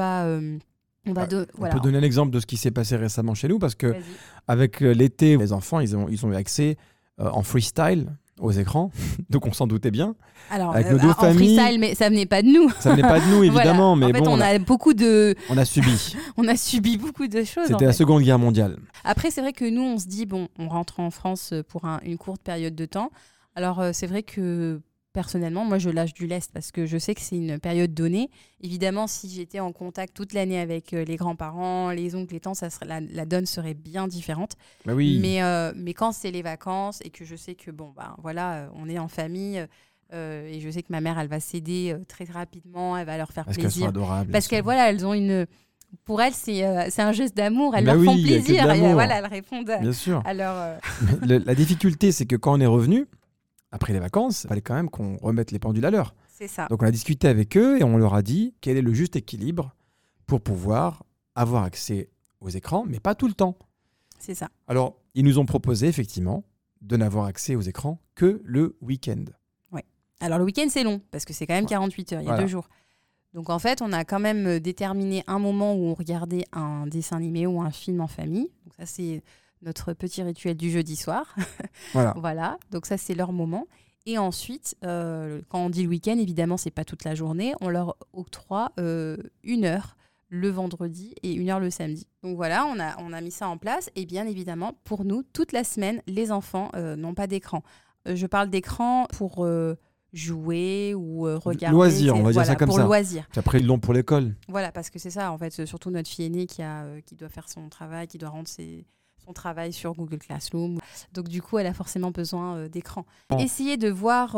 peut donner un exemple de ce qui s'est passé récemment chez nous parce que avec l'été, les enfants, ils ont eu accès en freestyle aux écrans, donc on s'en doutait bien. Alors, avec nos deux familles, freestyle, mais ça venait pas de nous. Ça venait pas de nous, évidemment. Voilà. Mais en fait, on a subi. On a subi beaucoup de choses. C'était la Seconde Guerre mondiale. Après, c'est vrai que nous, on se dit, on rentre en France pour une courte période de temps. Alors, c'est vrai que personnellement, moi, je lâche du lest parce que je sais que c'est une période donnée. Évidemment, si j'étais en contact toute l'année avec les grands-parents, les oncles, les tantes, la donne serait bien différente. Bah oui. Mais quand c'est les vacances et que je sais que, on est en famille et je sais que ma mère, elle va céder très rapidement, elle va leur faire plaisir. Parce qu'elles sont adorables. Parce qu'elles, elles ont une... Pour elles, c'est un geste d'amour. Elles leur font plaisir. Elles répondent bien sûr. à leur... La difficulté, c'est que quand on est revenu, après les vacances, il fallait quand même qu'on remette les pendules à l'heure. C'est ça. Donc on a discuté avec eux et on leur a dit quel est le juste équilibre pour pouvoir avoir accès aux écrans, mais pas tout le temps. C'est ça. Alors, ils nous ont proposé effectivement de n'avoir accès aux écrans que le week-end. Oui. Alors le week-end, c'est long, parce que c'est quand même 48 heures, il y a 2 jours. Donc en fait, on a quand même déterminé un moment où on regardait un dessin animé ou un film en famille. Donc ça, c'est notre petit rituel du jeudi soir. Voilà. Donc ça, c'est leur moment. Et ensuite, quand on dit le week-end, évidemment, c'est pas toute la journée. On leur octroie 1 heure le vendredi et 1 heure le samedi. Donc voilà, on a mis ça en place. Et bien évidemment, pour nous, toute la semaine, les enfants n'ont pas d'écran. Je parle d'écran pour jouer ou regarder. Loisir, on va dire ça comme ça. Pour loisir. Puis après, ils l'ont pour l'école. Voilà, parce que c'est ça, en fait, surtout notre fille aînée qui doit faire son travail, qui doit rendre son travail sur Google Classroom. Donc, du coup, elle a forcément besoin d'écran. Essayez de voir,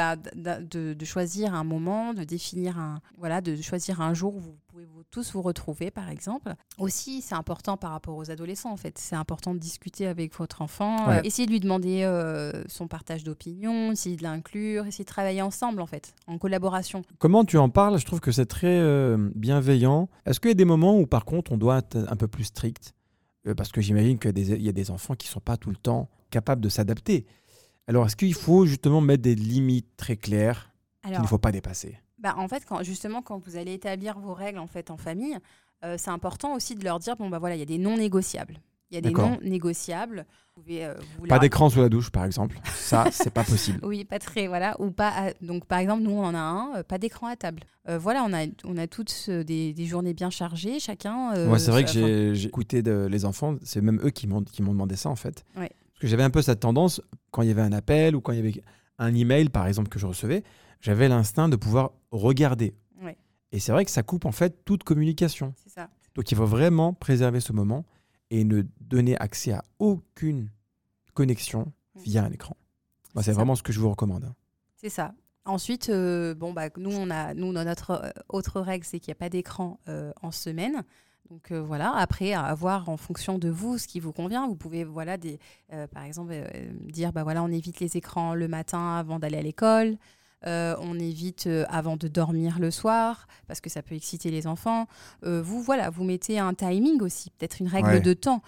de choisir un moment, de définir de choisir un jour où vous pouvez tous vous retrouver, par exemple. Aussi, c'est important par rapport aux adolescents, en fait. C'est important de discuter avec votre enfant. Essayez de lui demander son partage d'opinion, essayer de l'inclure, essayer de travailler ensemble, en fait, en collaboration. Comment tu en parles? Je trouve que c'est très bienveillant. Est-ce qu'il y a des moments où, par contre, on doit être un peu plus strict? Parce que j'imagine qu'il y a des enfants qui ne sont pas tout le temps capables de s'adapter. Alors, est-ce qu'il faut justement mettre des limites très claires qu'il ne faut pas dépasser? En fait, quand vous allez établir vos règles en famille, c'est important aussi de leur dire, il y a des non négociables. Il y a des non négociables. Vous pouvez, pas d'écran sous la douche, par exemple. Ça, c'est pas possible. Oui, pas très, voilà. Ou pas. Donc, par exemple, nous, on en a un, pas d'écran à table. On a toutes des journées bien chargées, chacun. Moi, c'est vrai que j'ai écouté les enfants. C'est même eux qui m'ont demandé ça, en fait. Ouais. Parce que j'avais un peu cette tendance, quand il y avait un appel ou quand il y avait un email, par exemple, que je recevais, j'avais l'instinct de pouvoir regarder. Ouais. Et c'est vrai que ça coupe, en fait, toute communication. C'est ça. Donc, il faut vraiment préserver ce moment et ne donner accès à aucune connexion via un écran. Moi, c'est vraiment ce que je vous recommande. C'est ça. Ensuite, nous, notre autre règle, c'est qu'il n'y a pas d'écran en semaine. Donc voilà, après, à voir en fonction de vous ce qui vous convient. Vous pouvez, par exemple, dire, on évite les écrans le matin avant d'aller à l'école. On évite avant de dormir le soir parce que ça peut exciter les enfants. Vous mettez un timing aussi, peut-être une règle de temps.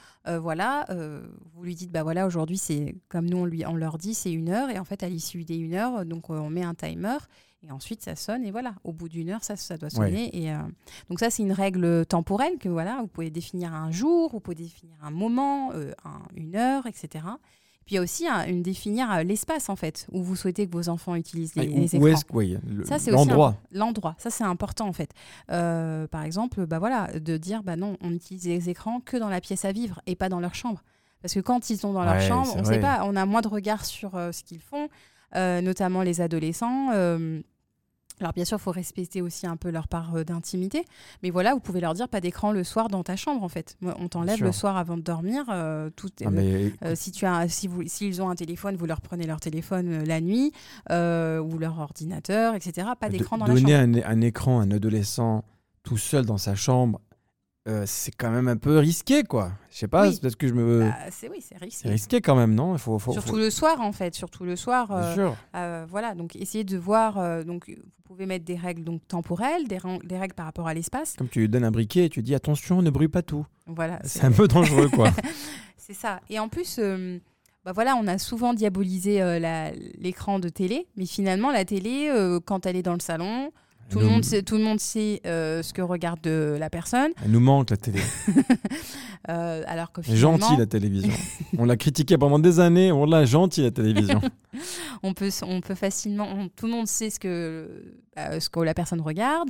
Vous lui dites aujourd'hui c'est comme nous on leur dit c'est 1 heure et en fait à l'issue des 1 heure donc on met un timer et ensuite ça sonne et voilà au bout d'1 heure ça doit sonner et donc ça c'est une règle temporelle que vous pouvez définir un jour, vous pouvez définir un moment, 1 heure, etc. Puis il y a aussi définir l'espace en fait où vous souhaitez que vos enfants utilisent les écrans. Ça, c'est l'endroit. L'endroit, ça c'est important en fait. Par exemple, de dire non, on utilise les écrans que dans la pièce à vivre et pas dans leur chambre. Parce que quand ils sont dans leur chambre, on sait pas, on a moins de regard sur ce qu'ils font, notamment les adolescents. Alors bien sûr, il faut respecter aussi un peu leur part d'intimité, mais voilà, vous pouvez leur dire pas d'écran le soir dans ta chambre en fait. On t'enlève sûr. le soir avant de dormir. Ah, mais S'ils ont un téléphone, vous leur prenez leur téléphone la nuit ou leur ordinateur, etc. Pas d'écran dans la donner chambre. un écran à un adolescent tout seul dans sa chambre, c'est quand même un peu risqué, quoi. Je sais pas, Oui. c'est parce que je me... Bah, c'est c'est risqué. risqué quand même, non? Surtout le soir en fait, surtout le soir. Bien sûr. Voilà, donc essayez de voir. Donc vous pouvez mettre des règles donc temporelles, des règles par rapport à l'espace. Comme tu lui donnes un briquet et tu dis attention, ne brûle pas tout. Voilà. C'est un peu dangereux, quoi. C'est ça. Et en plus, voilà, on a souvent diabolisé l'écran de télé, mais finalement, la télé, quand elle est dans le salon, tout le monde sait ce que regarde la personne. Elle nous manque, la télé. Alors que Elle est finalement, gentille, la télévision. On l'a critiquée pendant des années, on l'a gentille, la télévision. on peut facilement... tout le monde sait ce que la personne regarde.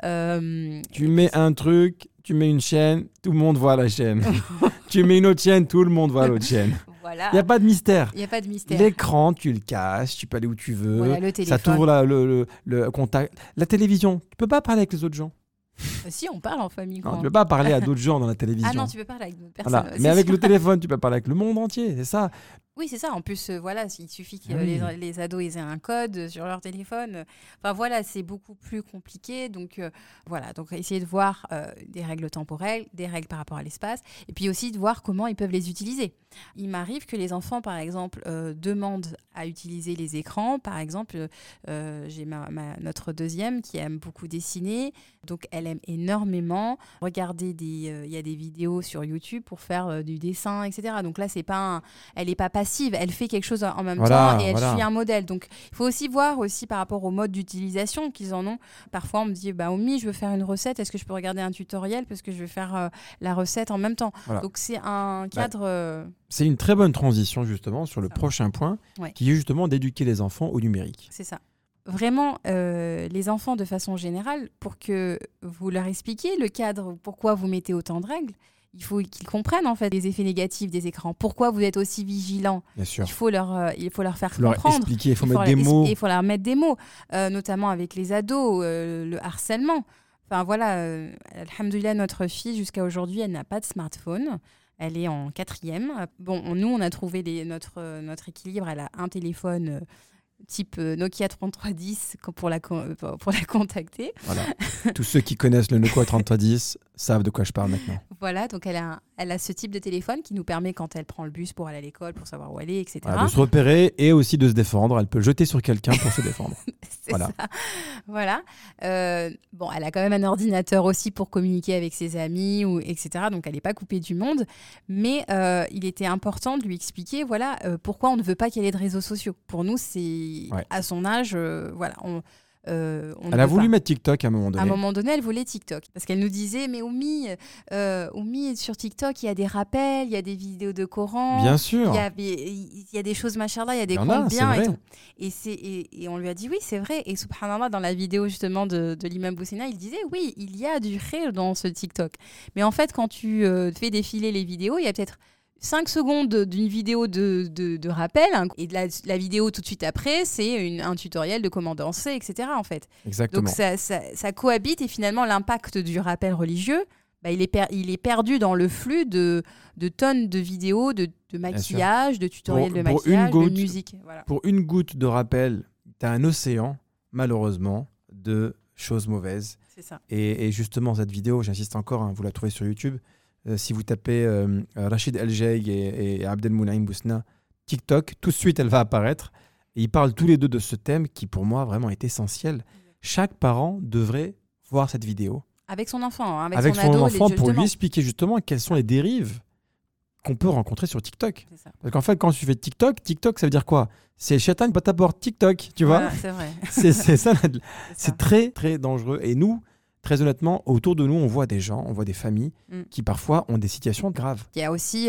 Tu mets un truc, tu mets une chaîne, tout le monde voit la chaîne. Tu mets une autre chaîne, tout le monde voit l'autre chaîne. Voilà. Il n'y a pas de mystère. Il n'y a pas de mystère. L'écran, tu le caches, tu peux aller où tu veux. Voilà, le Ça téléphone. t'ouvre le contact. La télévision, tu peux pas parler avec les autres gens. Si, on parle en famille. Non, tu peux pas parler à d'autres gens dans la télévision. Ah non, tu peux parler avec d'autres personnes. Voilà. C'est Mais avec sûr. le téléphone, tu peux parler avec le monde entier, c'est ça. Oui, c'est ça. En plus, voilà, il suffit que Ah oui. les ados aient un code sur leur téléphone. Enfin, voilà, c'est beaucoup plus compliqué. Donc, voilà. Donc, essayez de voir des règles temporelles, des règles par rapport à l'espace, et puis aussi de voir comment ils peuvent les utiliser. Il m'arrive que les enfants, par exemple, demandent à utiliser les écrans. Par exemple, j'ai notre deuxième qui aime beaucoup dessiner. Donc, elle aime énormément regarder il y a des vidéos sur YouTube pour faire du dessin, etc. Donc là, elle n'est pas passive, elle fait quelque chose en même temps et elle suit un modèle. Donc, il faut aussi voir aussi par rapport au mode d'utilisation qu'ils en ont. Parfois, on me dit, Oumi, je veux faire une recette, est-ce que je peux regarder un tutoriel parce que je vais faire la recette en même temps. Voilà. Donc, c'est un cadre... C'est une très bonne transition justement sur le prochain point, Ouais. qui est justement d'éduquer les enfants au numérique. C'est ça. Vraiment, les enfants, de façon générale, pour que vous leur expliquiez le cadre, pourquoi vous mettez autant de règles, il faut qu'ils comprennent en fait les effets négatifs des écrans. Pourquoi vous êtes aussi vigilants ? Bien sûr. Il faut leur faire Il faut leur comprendre. expliquer, il faut mettre des mots. Il faut leur mettre des mots, notamment avec les ados, le harcèlement. Enfin voilà, alhamdoulilah, notre fille, jusqu'à aujourd'hui, elle n'a pas de smartphone. Elle est en 4e. Bon, nous, on a trouvé notre équilibre. Elle a un téléphone type Nokia 3310 pour la contacter. Voilà. Tous ceux qui connaissent le Nokia 3310 savent de quoi je parle maintenant. Voilà, donc elle a ce type de téléphone qui nous permet, quand elle prend le bus pour aller à l'école, pour savoir où elle est, etc. Voilà, de se repérer et aussi de se défendre. Elle peut le jeter sur quelqu'un pour se défendre. C'est Voilà. ça. Voilà. Bon, elle a quand même un ordinateur aussi pour communiquer avec ses amis, etc. Donc, elle n'est pas coupée du monde. Mais il était important de lui expliquer, voilà, pourquoi on ne veut pas qu'elle ait de réseaux sociaux. Pour nous, c'est à son âge, voilà, Elle a voulu mettre TikTok à un moment donné. À un moment donné, elle voulait TikTok. Parce qu'elle nous disait, mais Oumi, sur TikTok, il y a des rappels, il y a des vidéos de Coran. Bien sûr. Il y a des choses, machallah, il y a des Il y en a, comptes bien c'est et vrai. tout. Et on lui a dit, oui, c'est vrai. Et subhanallah, dans la vidéo justement de l'imam Boussina, il disait, oui, il y a du khayr dans ce TikTok. Mais en fait, quand tu fais défiler les vidéos, il y a peut-être 5 secondes d'une vidéo de rappel, hein, et la vidéo tout de suite après, c'est un tutoriel de comment danser, etc. en fait. Exactement. Donc ça cohabite, et finalement l'impact du rappel religieux, il est perdu dans le flux de tonnes de vidéos, de maquillage, de tutoriels de maquillage, de musique. Voilà. Pour une goutte de rappel, tu as un océan, malheureusement, de choses mauvaises. C'est ça. Et justement, cette vidéo, j'insiste encore, hein, vous la trouvez sur YouTube. Si vous tapez Rachid El Jeig et Abdelmounaïm Bousna, TikTok, tout de suite, elle va apparaître. Et ils parlent tous les deux de ce thème qui, pour moi, vraiment est essentiel. Chaque parent devrait voir cette vidéo. Avec son enfant, hein, avec son ado, enfant, pour lui expliquer justement quelles sont les dérives qu'on peut rencontrer sur TikTok. C'est ça. Parce qu'en fait, quand tu fais TikTok, ça veut dire quoi ? C'est Shaitan pas t'apporte TikTok, tu vois ? C'est vrai. C'est ça. C'est très, très dangereux. Et nous, très honnêtement, autour de nous, on voit des gens, on voit des familles qui parfois ont des situations graves. Il y a aussi,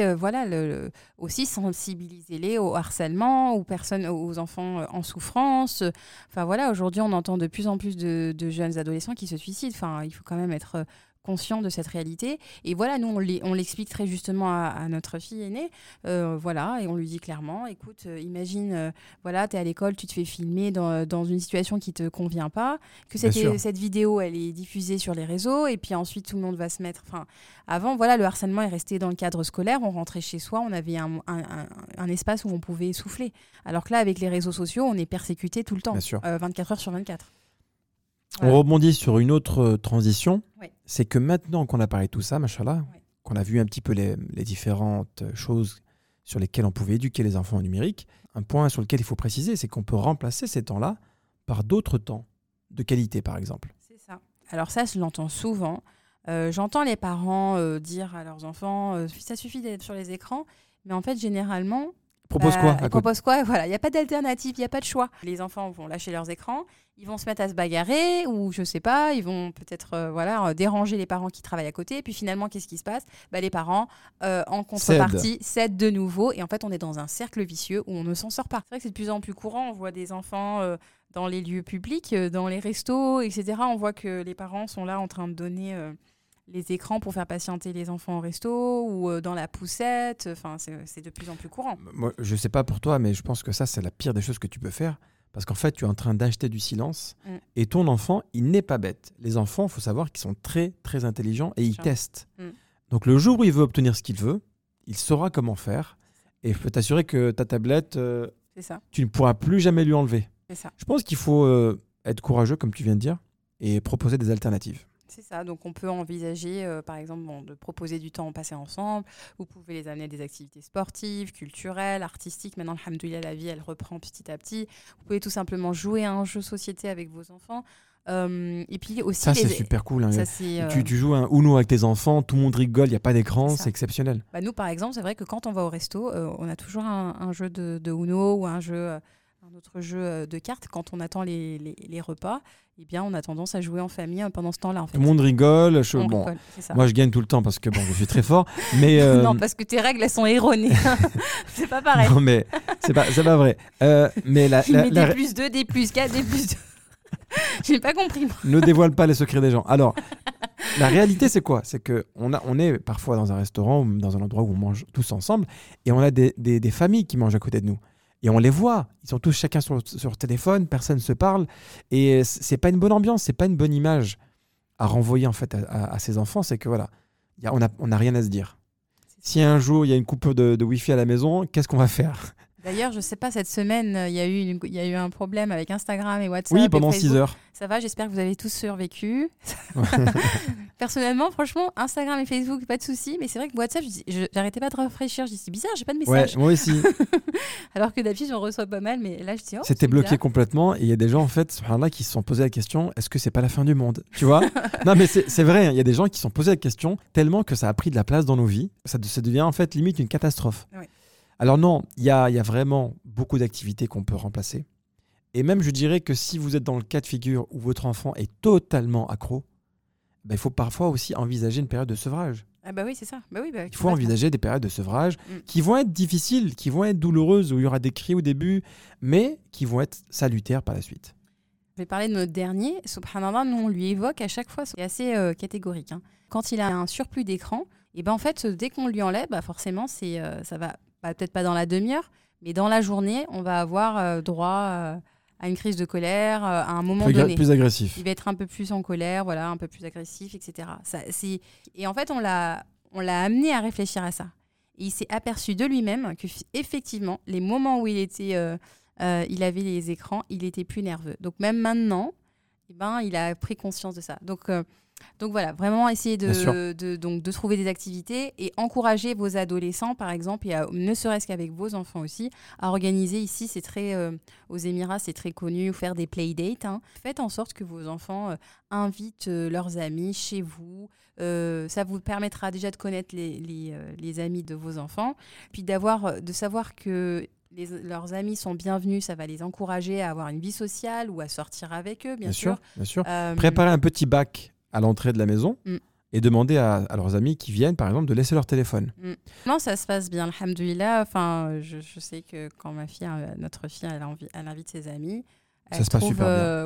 aussi sensibiliser-les au harcèlement, aux enfants en souffrance. Enfin voilà, aujourd'hui, on entend de plus en plus de jeunes adolescents qui se suicident. Enfin, il faut quand même être conscient de cette réalité. Et voilà, nous, on l'explique très justement à notre fille aînée. Voilà, et on lui dit clairement, écoute, imagine, voilà, tu es à l'école, tu te fais filmer dans une situation qui ne te convient pas, que cette vidéo, elle est diffusée sur les réseaux, et puis ensuite, tout le monde va se mettre... Avant, voilà, le harcèlement est resté dans le cadre scolaire, on rentrait chez soi, on avait un espace où on pouvait souffler. Alors que là, avec les réseaux sociaux, on est persécuté tout le temps, 24 heures sur 24. Voilà. On rebondit sur une autre transition. Oui. C'est que maintenant qu'on a parlé de tout ça, machallah, qu'on a vu un petit peu les différentes choses sur lesquelles on pouvait éduquer les enfants au numérique, un point sur lequel il faut préciser, c'est qu'on peut remplacer ces temps-là par d'autres temps de qualité, par exemple. C'est ça. Alors ça, je l'entends souvent. J'entends les parents dire à leurs enfants ça suffit d'être sur les écrans, mais en fait, généralement... Propose quoi Voilà, il n'y a pas d'alternative, il n'y a pas de choix. Les enfants vont lâcher leurs écrans, ils vont se mettre à se bagarrer ou je sais pas, ils vont peut-être déranger les parents qui travaillent à côté. Et puis finalement, qu'est-ce qui se passe ? Les parents, en contrepartie, cèdent de nouveau. Et en fait, on est dans un cercle vicieux où on ne s'en sort pas. C'est vrai que c'est de plus en plus courant. On voit des enfants dans les lieux publics, dans les restos, etc. On voit que les parents sont là en train de donner... les écrans pour faire patienter les enfants au resto ou dans la poussette. Enfin, c'est de plus en plus courant. Moi, je ne sais pas pour toi, mais je pense que ça, c'est la pire des choses que tu peux faire. Parce qu'en fait, tu es en train d'acheter du silence. Et ton enfant, il n'est pas bête. Les enfants, il faut savoir qu'ils sont très, très intelligents et ils testent. Donc, le jour où il veut obtenir ce qu'il veut, il saura comment faire. Et je peux t'assurer que ta tablette, tu ne pourras plus jamais lui enlever. C'est ça. Je pense qu'il faut être courageux, comme tu viens de dire, et proposer des alternatives. C'est ça, donc on peut envisager par exemple de proposer du temps passé ensemble. Vous pouvez les amener à des activités sportives, culturelles, artistiques. Maintenant, alhamdoulilah, la vie, elle reprend petit à petit. Vous pouvez tout simplement jouer à un jeu société avec vos enfants. Et puis aussi ça, c'est super cool. Hein. Ça, tu joues un Uno avec tes enfants, tout le monde rigole, il n'y a pas d'écran, c'est exceptionnel. Nous, par exemple, c'est vrai que quand on va au resto, on a toujours un jeu de Uno ou un autre jeu de cartes. Quand on attend les repas, eh bien, on a tendance à jouer en famille pendant ce temps-là. En fait. Tout le monde rigole. Rigole, moi, je gagne tout le temps parce que je suis très fort. Mais non, parce que tes règles, elles sont erronées. C'est pas pareil. Non, mais c'est pas vrai. Mais des plus 2, des plus 4, des plus 2. J'ai pas compris. Moi. Ne dévoile pas les secrets des gens. Alors, la réalité, c'est quoi ? C'est qu'on est parfois dans un restaurant ou dans un endroit où on mange tous ensemble et on a des familles qui mangent à côté de nous. Et on les voit, ils sont tous chacun sur le téléphone, personne ne se parle. Et c'est pas une bonne ambiance, c'est pas une bonne image à renvoyer en fait à ces enfants. C'est que voilà, on n'a rien à se dire. Si un jour il y a une coupure de Wi-Fi à la maison, qu'est-ce qu'on va faire ? D'ailleurs, je sais pas, cette semaine, il y a eu un problème avec Instagram et WhatsApp. Oui, pendant 6 heures. Ça va, j'espère que vous avez tous survécu. Personnellement, franchement, Instagram et Facebook, pas de souci. Mais c'est vrai que WhatsApp, j'arrêtais pas de rafraîchir. Je dis, c'est bizarre, j'ai pas de message. Ouais, moi aussi. Alors que d'habitude, j'en reçois pas mal. Mais là, je dis, c'était bloqué complètement. Et il y a des gens, en fait, subhanallah, qui se sont posé la question, est-ce que c'est pas la fin du monde ? Tu vois ? Non, mais c'est vrai, il y a des gens qui se sont posé la question tellement que ça a pris de la place dans nos vies. Ça devient, en fait, limite une catastrophe. Oui. Alors non, il y a vraiment beaucoup d'activités qu'on peut remplacer. Et même, je dirais que si vous êtes dans le cas de figure où votre enfant est totalement accro, il faut parfois aussi envisager une période de sevrage. Ah oui, c'est ça. Il faut envisager des périodes de sevrage qui vont être difficiles, qui vont être douloureuses, où il y aura des cris au début, mais qui vont être salutaires par la suite. Je vais parler de notre dernier. Subhanallah, nous, on lui évoque à chaque fois, c'est assez catégorique. Hein. Quand il a un surplus d'écran, et en fait, dès qu'on lui enlève, forcément, ça va... peut-être pas dans la demi-heure, mais dans la journée, on va avoir droit à une crise de colère, à un moment donné. Plus agressif. Il va être un peu plus en colère, voilà, un peu plus agressif, etc. Et en fait, on l'a amené à réfléchir à ça. Et il s'est aperçu de lui-même que effectivement, les moments où il avait les écrans, il était plus nerveux. Donc même maintenant, il a pris conscience de ça. Donc voilà, vraiment essayer de trouver des activités et encourager vos adolescents, par exemple, et ne serait-ce qu'avec vos enfants aussi, à organiser ici, c'est très aux Émirats, c'est très connu, faire des playdates. Hein. Faites en sorte que vos enfants invitent leurs amis chez vous. Ça vous permettra déjà de connaître les amis de vos enfants, puis de savoir que leurs amis sont bienvenus, ça va les encourager à avoir une vie sociale ou à sortir avec eux, bien sûr. Bien sûr. Préparer un petit bac à l'entrée de la maison et demander à leurs amis qui viennent, par exemple, de laisser leur téléphone. Non, ça se passe bien, alhamdoulilah. Enfin, je sais que quand notre fille, elle invite ses amis. Ça se passe super bien. Ouais,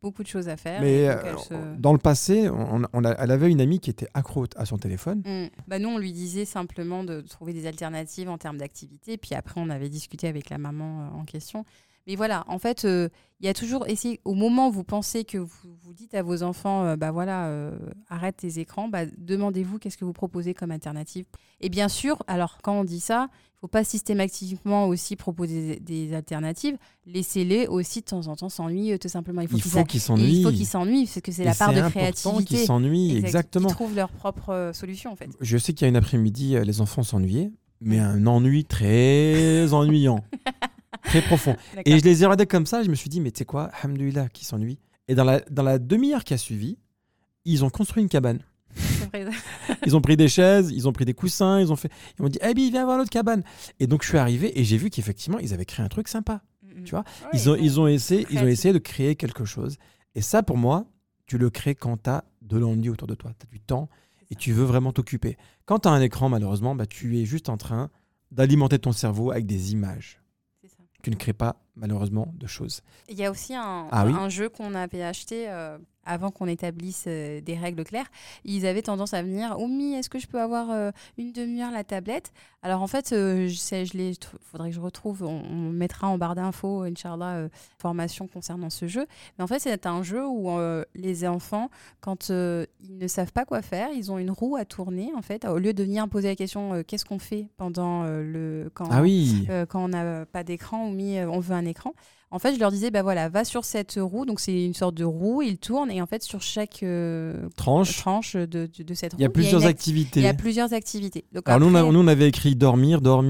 beaucoup de choses à faire. Mais et donc elle se- dans le passé, elle avait une amie qui était accro à son téléphone. Bah nous, on lui disait simplement de trouver des alternatives en termes d'activité. Puis après, on avait discuté avec la maman en question. Mais voilà, en fait, il y a toujours essayé, au moment où vous pensez que vous dites à vos enfants, arrête tes écrans, demandez-vous qu'est-ce que vous proposez comme alternative. Et bien sûr, alors quand on dit ça, il ne faut pas systématiquement aussi proposer des alternatives. Laissez-les aussi de temps en temps s'ennuyer, tout simplement. Il faut qu'ils s'ennuient. Il faut qu'ils s'ennuient, parce que c'est Et la part de c'est important créativité. qu'ils s'ennuient, exactement. Qu'ils trouvent leur propre solution, en fait. Je sais qu'il y a une après-midi, les enfants s'ennuyaient, mais un ennui très ennuyant, très profond. Et je les ai regardés comme ça, je me suis dit, mais tu sais quoi, alhamdoulilah, qui s'ennuient. Et dans la demi-heure qui a suivi, ils ont construit une cabane. C'est vrai. Ils ont pris des chaises, ils ont pris des coussins, ils m'ont dit, eh bien, viens voir notre cabane. Et donc, je suis arrivé et j'ai vu qu'effectivement, ils avaient créé un truc sympa. Tu vois, Ouais, ils ont essayé de créer quelque chose. Et ça, pour moi, tu le crées quand tu as de l'ennui autour de toi. Tu as du temps et tu veux vraiment t'occuper. Quand tu as un écran, malheureusement, tu es juste en train d'alimenter ton cerveau avec des images. C'est ça. Tu ne crées pas, malheureusement, de choses. Il y a aussi Ah oui. un jeu qu'on avait acheté avant qu'on établisse des règles claires. Ils avaient tendance à venir, Oumi, est-ce que je peux avoir une demi-heure la tablette? Alors en fait, faudrait que je retrouve, on mettra en barre d'infos, Inch'Allah, formation concernant ce jeu. Mais en fait, c'est un jeu où les enfants, quand ils ne savent pas quoi faire, ils ont une roue à tourner, en fait, au lieu de venir poser la question, qu'est-ce qu'on fait pendant quand on n'a pas d'écran, Oumi, on veut un écran. En fait, je leur disais, va sur cette roue. Donc, c'est une sorte de roue, ils tournent. Et en fait, sur chaque tranche de cette roue, il y a plusieurs activités. Il y a plusieurs activités. Donc, alors, après... nous, on avait écrit dormir. Non,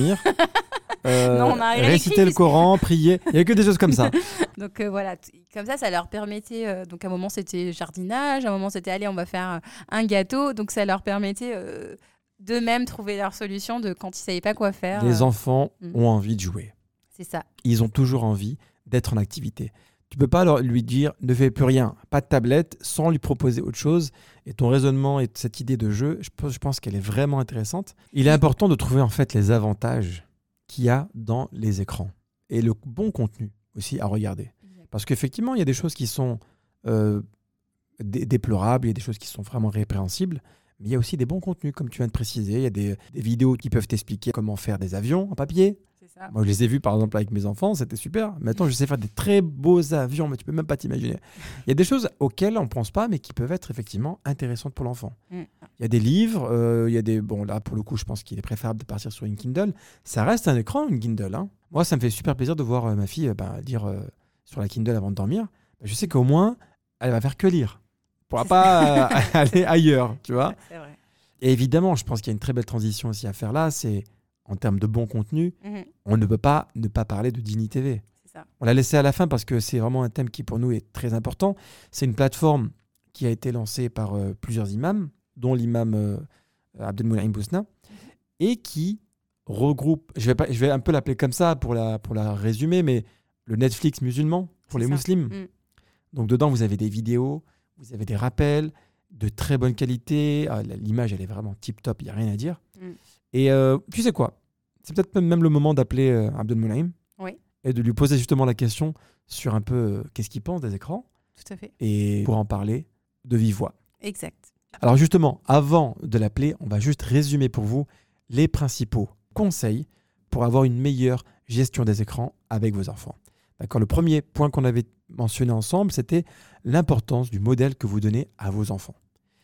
on a réciter le Coran, prier. Il n'y a que des choses comme ça. Donc, voilà. Comme ça leur permettait... donc, à un moment, c'était jardinage. À un moment, c'était, allez, on va faire un gâteau. Donc, ça leur permettait d'eux-mêmes trouver leur solution quand ils ne savaient pas quoi faire. Les enfants ont envie de jouer. C'est ça. Ils ont toujours envie d'être en activité. Tu peux pas lui dire ne fais plus rien, pas de tablette, sans lui proposer autre chose. Et ton raisonnement et cette idée de jeu, je pense qu'elle est vraiment intéressante. Il est important de trouver en fait les avantages qu'il y a dans les écrans et le bon contenu aussi à regarder. Parce qu'effectivement, il y a des choses qui sont déplorables, il y a des choses qui sont vraiment répréhensibles. Mais il y a aussi des bons contenus, comme tu viens de préciser. Il y a des vidéos qui peuvent t'expliquer comment faire des avions en papier. C'est ça. Moi, je les ai vus, par exemple, avec mes enfants. C'était super. Maintenant, je sais faire des très beaux avions, mais tu peux même pas t'imaginer. Il y a des choses auxquelles on ne pense pas, mais qui peuvent être effectivement intéressantes pour l'enfant. Il y a des livres. Il y a des... Bon, là, pour le coup, je pense qu'il est préférable de partir sur une Kindle. Ça reste un écran, une Kindle. Hein. Moi, ça me fait super plaisir de voir ma fille dire sur la Kindle avant de dormir. Je sais qu'au moins, elle va faire que lire. Elle ne pourra pas aller ailleurs, tu vois. C'est vrai. Et évidemment, je pense qu'il y a une très belle transition aussi à faire là, c'est en termes de bon contenu, on ne peut pas ne pas parler de Dini TV. C'est ça. On l'a laissé à la fin parce que c'est vraiment un thème qui pour nous est très important. C'est une plateforme qui a été lancée par plusieurs imams, dont l'imam Abdelmoulaïm Bousna, et qui regroupe, je vais un peu l'appeler comme ça pour la résumer, mais le Netflix musulman pour les musulmans. Donc dedans, vous avez des vidéos, vous avez des rappels, de très bonne qualité. L'image, elle est vraiment tip-top, il n'y a rien à dire. Et tu sais quoi? C'est peut-être même le moment d'appeler Abdelmoulaïm et de lui poser justement la question sur un peu qu'est-ce qu'il pense des écrans. Tout à fait. Et pour en parler de vive voix. Exact. Alors justement, avant de l'appeler, on va juste résumer pour vous les principaux conseils pour avoir une meilleure gestion des écrans avec vos enfants. D'accord. Le premier point qu'on avait mentionné ensemble, c'était l'importance du modèle que vous donnez à vos enfants.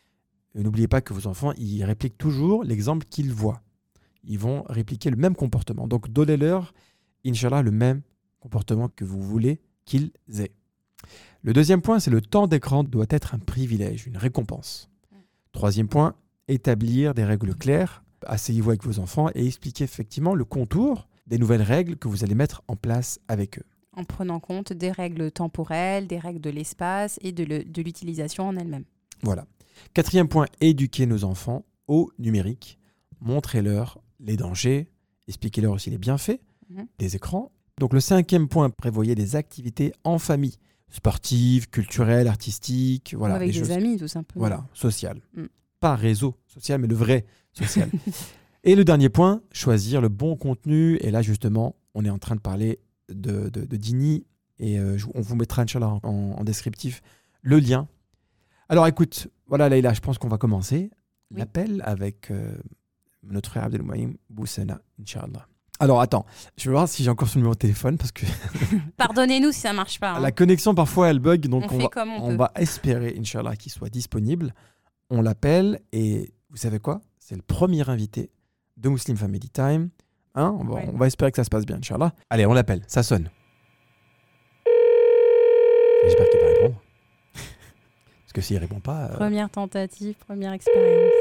Et n'oubliez pas que vos enfants, ils répliquent toujours l'exemple qu'ils voient. Ils vont répliquer le même comportement. Donc, donnez-leur, Inch'Allah, le même comportement que vous voulez qu'ils aient. Le deuxième point, c'est le temps d'écran doit être un privilège, une récompense. Troisième point, établir des règles claires. Asseyez-vous avec vos enfants et expliquez effectivement le contour des nouvelles règles que vous allez mettre en place avec eux. En prenant compte des règles temporelles, des règles de l'espace et de l'utilisation en elle-même. Voilà. Quatrième point, éduquer nos enfants au numérique. Montrez-leur les dangers, expliquez-leur aussi les bienfaits des écrans. Donc le cinquième point, prévoyez des activités en famille, sportives, culturelles, artistiques. Voilà, avec des amis, tout simplement. Voilà, sociales. Pas réseau social, mais le vrai social. Et le dernier point, choisir le bon contenu. Et là, justement, on est en train de parler de Dini Et on vous mettra, Inch'Allah, en descriptif, le lien. Alors écoute, voilà Leïla, je pense qu'on va commencer l'appel avec notre frère Abdelmouaïm Boussana, Inch'Allah. Alors attends, je vais voir si j'ai encore son numéro de téléphone parce que Pardonnez-nous si ça marche pas. la connexion parfois elle bug, donc on va espérer, Inch'Allah, qu'il soit disponible. On l'appelle et vous savez quoi? C'est le premier invité de Muslim Family Time. Hein, on va espérer que ça se passe bien, Inch'Allah. Allez, on l'appelle, ça sonne. J'espère qu'il va répondre. Parce que s'il ne répond pas... Première tentative, première expérience.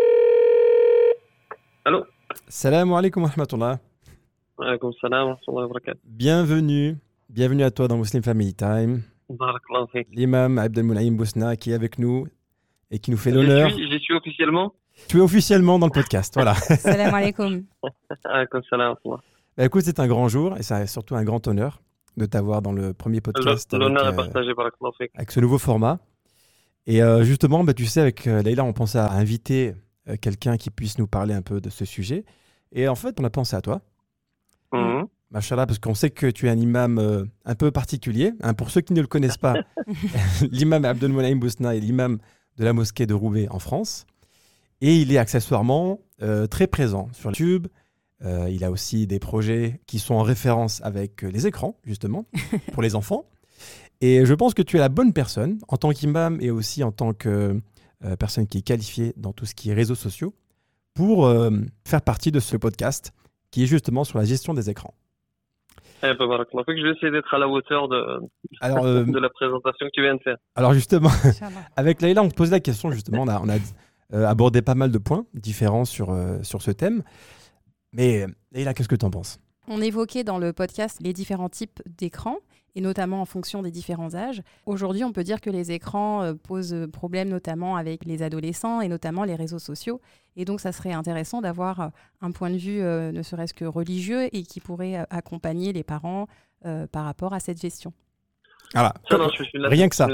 Allô. Salam alaikum wa rahmatullah. Wa alaikum salam wa rahmatullahi wa barakatuh. Bienvenue à toi dans Muslim Family Time. Barakallahu fik. L'imam Abdelmouaïm Boussana qui est avec nous et qui nous fait l'honneur. J'y suis officiellement. Tu es officiellement dans le podcast, voilà. Salam alaikum. Alaikum salam. Bah, écoute, c'est un grand jour et ça est surtout un grand honneur de t'avoir dans le premier podcast. L'honneur est partagé, barakallahu fik. Avec ce nouveau format. Et justement, bah, tu sais, avec Leïla, on pensait à inviter quelqu'un qui puisse nous parler un peu de ce sujet. Et en fait, on a pensé à toi. Machallah, parce qu'on sait que tu es un imam un peu particulier. Hein, pour ceux qui ne le connaissent pas, l'imam Abdelmouaïm Boussana est l'imam de la mosquée de Roubaix en France. Et il est accessoirement très présent sur YouTube. Il a aussi des projets qui sont en référence avec les écrans, justement, pour les enfants. Et je pense que tu es la bonne personne, en tant qu'imam et aussi en tant que personne qui est qualifiée dans tout ce qui est réseaux sociaux, pour faire partie de ce podcast qui est justement sur la gestion des écrans. Je vais essayer d'être à la hauteur de la présentation que tu viens de faire. Alors justement, avec Leïla, on te pose la question, justement, on a abordé pas mal de points différents sur ce thème. Mais Leïla, qu'est-ce que tu en penses? On évoquait dans le podcast les différents types d'écrans, et notamment en fonction des différents âges. Aujourd'hui, on peut dire que les écrans posent problème notamment avec les adolescents et notamment les réseaux sociaux. Et donc, ça serait intéressant d'avoir un point de vue ne serait-ce que religieux et qui pourrait accompagner les parents par rapport à cette gestion. Voilà. Rien que ça.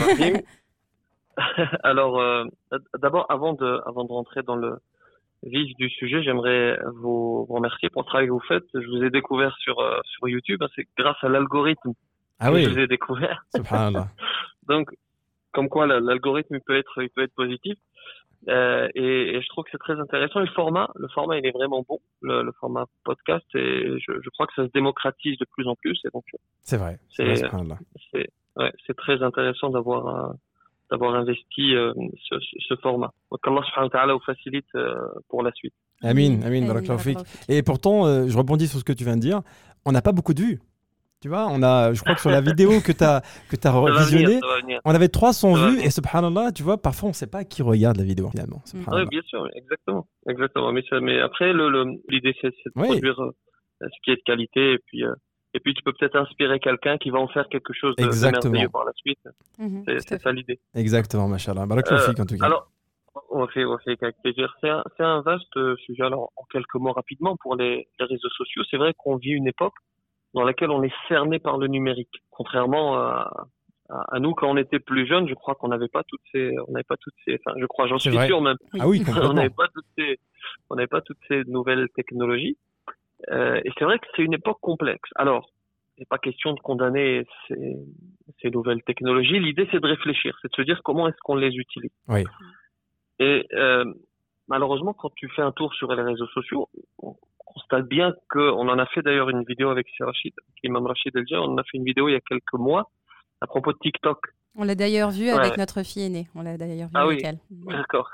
Alors, d'abord, avant de rentrer dans le vif du sujet, j'aimerais vous remercier pour le travail que vous faites. Je vous ai découvert sur YouTube. C'est grâce à l'algorithme que je vous ai découvert. Subhanallah. Donc, comme quoi l'algorithme peut être positif. Et je trouve que c'est très intéressant. Et le format, il est vraiment bon. Le format podcast, et je crois que ça se démocratise de plus en plus. Et donc, c'est vrai. C'est très intéressant d'avoir investi ce format. Donc Allah subhanahu wa ta'ala vous facilite pour la suite. Amin, barakallahu fik. Et pourtant, je rebondis sur ce que tu viens de dire, on n'a pas beaucoup de vues. Tu vois, je crois que sur la vidéo que tu as visionnée, on avait 300 vues et subhanallah, tu vois, parfois on ne sait pas qui regarde la vidéo finalement. Oui, bien sûr, exactement. Mais après, l'idée c'est de produire ce qui est de qualité et puis tu peux peut-être inspirer quelqu'un qui va en faire quelque chose de merveilleux par la suite. C'est ça l'idée. Exactement, machallah. Barakallahu fik en tout cas. Alors, on fait avec plaisir. C'est un vaste sujet. Alors, en quelques mots rapidement, pour les réseaux sociaux, c'est vrai qu'on vit une époque dans laquelle on est cerné par le numérique. Contrairement à nous, quand on était plus jeunes, je crois qu'on n'avait pas toutes ces, enfin, je crois, j'en suis sûr même. Ah oui, complètement. On n'avait pas toutes ces nouvelles technologies. Et c'est vrai que c'est une époque complexe. Alors, il n'est pas question de condamner ces nouvelles technologies. L'idée, c'est de réfléchir, c'est de se dire comment est-ce qu'on les utilise. Oui. Et malheureusement, quand tu fais un tour sur les réseaux sociaux, on constate bien qu'on en a fait d'ailleurs une vidéo avec Imam Rachid El-Dja, on en a fait une vidéo il y a quelques mois à propos de TikTok. On l'a d'ailleurs vu avec notre fille aînée. On l'a d'ailleurs vu avec elle. D'accord.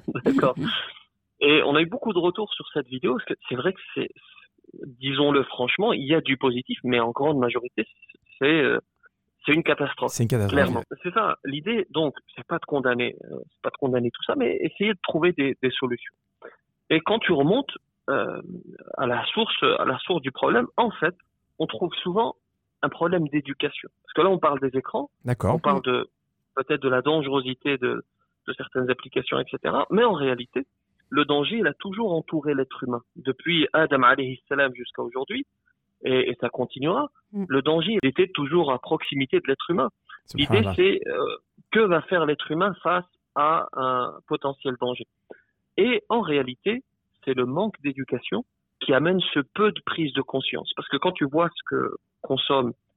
Et on a eu beaucoup de retours sur cette vidéo, parce que c'est vrai que disons-le franchement, il y a du positif, mais en grande majorité, c'est une catastrophe. C'est une catastrophe. Clairement. C'est ça. L'idée, donc, c'est pas de condamner tout ça, mais essayer de trouver des solutions. Et quand tu remontes à la source du problème, en fait, on trouve souvent un problème d'éducation. Parce que là, on parle des écrans. D'accord. On parle peut-être de la dangerosité de certaines applications, etc. Mais en réalité, le danger, il a toujours entouré l'être humain. Depuis Adam alayhi salam jusqu'à aujourd'hui, et ça continuera. Le danger, il était toujours à proximité de l'être humain. L'idée, c'est que va faire l'être humain face à un potentiel danger. Et en réalité, c'est le manque d'éducation qui amène ce peu de prise de conscience. Parce que quand tu vois ce que consomme,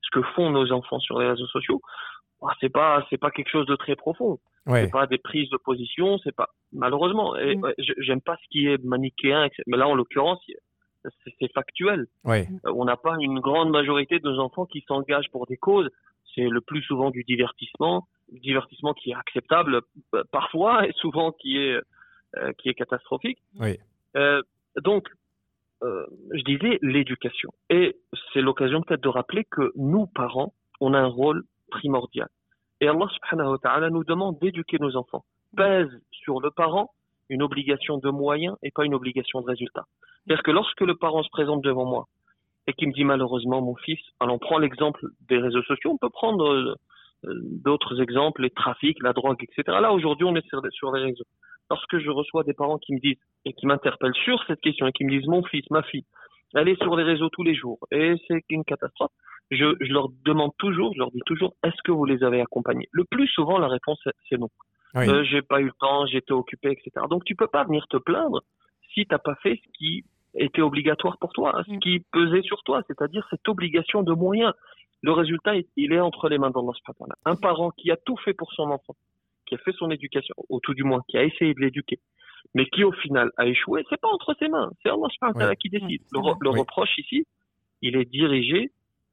ce que font nos enfants sur les réseaux sociaux, c'est pas quelque chose de très profond. Ouais. C'est pas des prises de position, c'est pas, malheureusement. Et, j'aime pas ce qui est manichéen, etc. Mais là, en l'occurrence, c'est factuel. Ouais. On n'a pas une grande majorité de nos enfants qui s'engagent pour des causes. C'est le plus souvent du divertissement qui est acceptable parfois et souvent qui est catastrophique. Oui. Donc, je disais l'éducation. Et c'est l'occasion peut-être de rappeler que nous, parents, on a un rôle primordial. Et Allah subhanahu wa ta'ala nous demande d'éduquer nos enfants. Pèse sur le parent une obligation de moyens et pas une obligation de résultat. C'est-à-dire que lorsque le parent se présente devant moi et qui me dit malheureusement mon fils, alors on prend l'exemple des réseaux sociaux, on peut prendre d'autres exemples, les trafics, la drogue, etc. Là aujourd'hui on est sur les réseaux. Lorsque je reçois des parents qui me disent et qui m'interpellent sur cette question et qui me disent mon fils, ma fille, elle est sur les réseaux tous les jours et c'est une catastrophe, je leur dis toujours, est-ce que vous les avez accompagnés? Le plus souvent la réponse c'est non. Oui. J'ai pas eu le temps, j'étais occupé, etc. Donc tu peux pas venir te plaindre si t'as pas fait ce qui était obligatoire pour toi, ce qui pesait sur toi, c'est-à-dire cette obligation de moyens. Le résultat, il est entre les mains d'Allah subhanahu wa ta'ala. Un parent qui a tout fait pour son enfant, qui a fait son éducation, ou tout du moins qui a essayé de l'éduquer, mais qui au final a échoué, c'est pas entre ses mains, c'est Allah subhanahu wa ta'ala qui décide. Le reproche ici, il est dirigé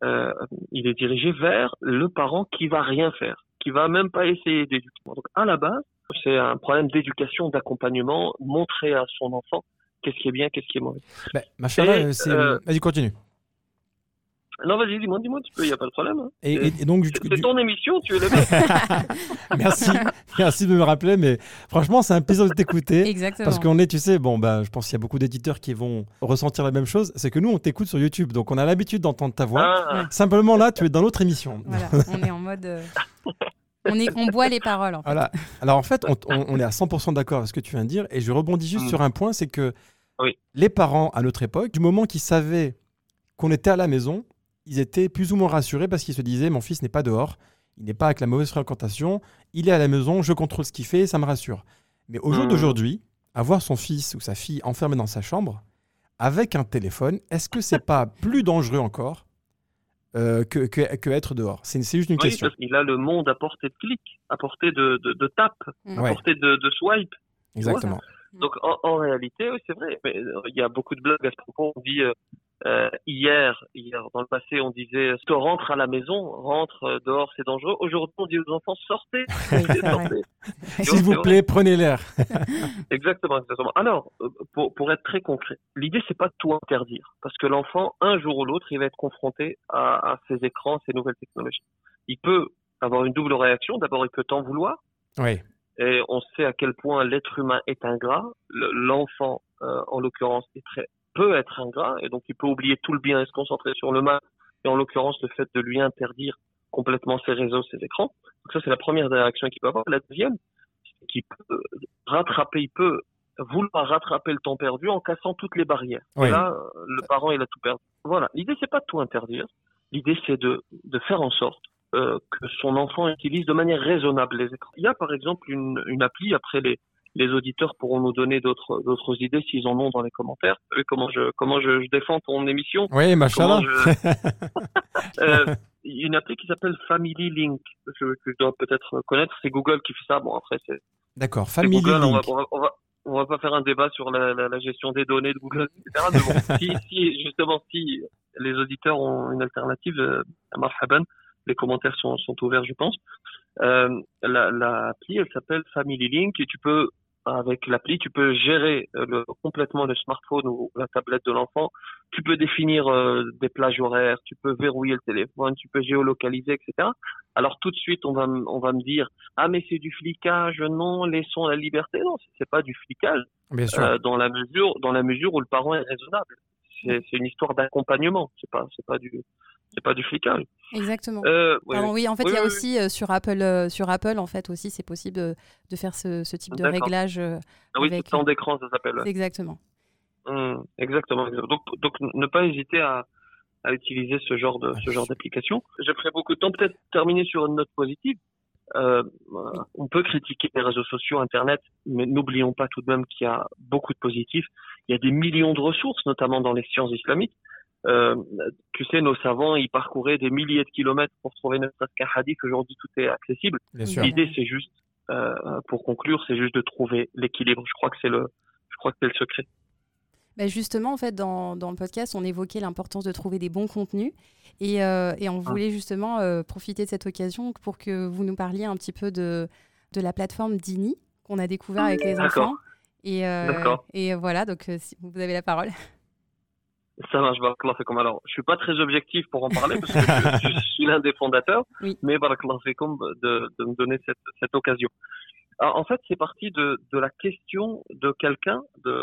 vers le parent qui va rien faire, qui va même pas essayer d'éduquer. Donc à la base, c'est un problème d'éducation, d'accompagnement, montrer à son enfant qu'est-ce qui est bien, qu'est-ce qui est mauvais. Machallah, vas-y, continue. Non, vas-y, dis-moi, tu peux, il n'y a pas de problème. Hein. Et donc, c'est ton émission, tu es le mec. Merci de me rappeler, mais franchement, c'est un plaisir de t'écouter. Exactement. Parce qu'on est, tu sais, je pense qu'il y a beaucoup d'éditeurs qui vont ressentir la même chose. C'est que nous, on t'écoute sur YouTube, donc on a l'habitude d'entendre ta voix. Ah. Simplement, là, tu es dans l'autre émission. Voilà, on est en mode... On boit les paroles, en fait. Voilà. Alors, en fait, on est à 100% d'accord avec ce que tu viens de dire. Et je rebondis juste sur un point, c'est que les parents, à notre époque, du moment qu'ils savaient qu'on était à la maison, ils étaient plus ou moins rassurés parce qu'ils se disaient « Mon fils n'est pas dehors, il n'est pas avec la mauvaise fréquentation, il est à la maison, je contrôle ce qu'il fait, ça me rassure. » Mais au jour d'aujourd'hui, avoir son fils ou sa fille enfermé dans sa chambre, avec un téléphone, est-ce que c'est pas plus dangereux encore que être dehors? C'est juste une question. Parce qu'il a le monde à portée de clic, à portée de tape, à portée de swipe. Exactement. Donc en réalité, oui, c'est vrai. Mais il y a beaucoup de blagues à ce propos. On dit hier dans le passé, on disait « rentre à la maison, rentre dehors, c'est dangereux ». Aujourd'hui, on dit aux enfants « sortez, sortez ». S'il vous plaît, prenez l'air. Exactement. Alors, pour être très concret, l'idée, c'est pas de tout interdire. Parce que l'enfant, un jour ou l'autre, il va être confronté à ces écrans, ces nouvelles technologies. Il peut avoir une double réaction. D'abord, il peut t'en vouloir. Oui. Et on sait à quel point l'être humain est ingrat. L'enfant, en l'occurrence, peut être ingrat, et donc il peut oublier tout le bien et se concentrer sur le mal, et en l'occurrence le fait de lui interdire complètement ses réseaux, ses écrans. Donc ça, c'est la première réaction qu'il peut avoir. La deuxième, c'est qu'il peut il peut vouloir rattraper le temps perdu en cassant toutes les barrières. Oui. Et là, le parent, il a tout perdu. Voilà. L'idée, c'est pas de tout interdire. L'idée, c'est de faire en sorte que son enfant utilise de manière raisonnable les écrans. Il y a par exemple une appli, après les auditeurs pourront nous donner d'autres idées s'ils en ont dans les commentaires. Comment je défends ton émission. Oui, machallah. Une appli qui s'appelle Family Link, que je dois peut-être connaître. C'est Google qui fait ça. Bon, après, c'est... D'accord, Family Google, Link. On va pas faire un débat sur la gestion des données de Google, etc. Mais bon, si les auditeurs ont une alternative, marhaban, les commentaires sont ouverts, je pense. L'appli, elle s'appelle Family Link, et avec l'appli, tu peux gérer complètement le smartphone ou la tablette de l'enfant. Tu peux définir des plages horaires, tu peux verrouiller le téléphone, tu peux géolocaliser, etc. Alors tout de suite, on va me dire « Ah, mais c'est du flicage, non, laissons la liberté. » Non, c'est pas du flicage. Bien sûr. Dans la mesure où le parent est raisonnable. C'est une histoire d'accompagnement. C'est pas du flicage. Exactement. Oui, en fait, il y a aussi sur Apple, en fait aussi, c'est possible de faire ce type de réglage. Oui, avec... temps d'écran, ça s'appelle. Ouais. Exactement. Exactement. Donc, ne pas hésiter à utiliser ce genre d'application. Je ferai beaucoup de temps. Peut-être terminer sur une note positive. On peut critiquer les réseaux sociaux, Internet, mais n'oublions pas tout de même qu'il y a beaucoup de positifs. Il y a des millions de ressources, notamment dans les sciences islamiques. Tu sais, nos savants, ils parcouraient des milliers de kilomètres pour trouver ne serait-ce qu'un hadith. Aujourd'hui, tout est accessible. Bien sûr. L'idée, c'est juste, pour conclure, c'est juste de trouver l'équilibre. Je crois que c'est le secret. Bah justement, en fait, dans le podcast, on évoquait l'importance de trouver des bons contenus et on voulait justement profiter de cette occasion pour que vous nous parliez un petit peu de la plateforme Dini qu'on a découvert avec les D'accord. enfants. Et voilà, donc si vous avez la parole. Ça marche, barakallahu fikum. Alors, je suis pas très objectif pour en parler parce que je suis l'un des fondateurs, Oui. mais barakallahu fikum de me donner cette occasion. Alors, en fait, c'est parti de la question de quelqu'un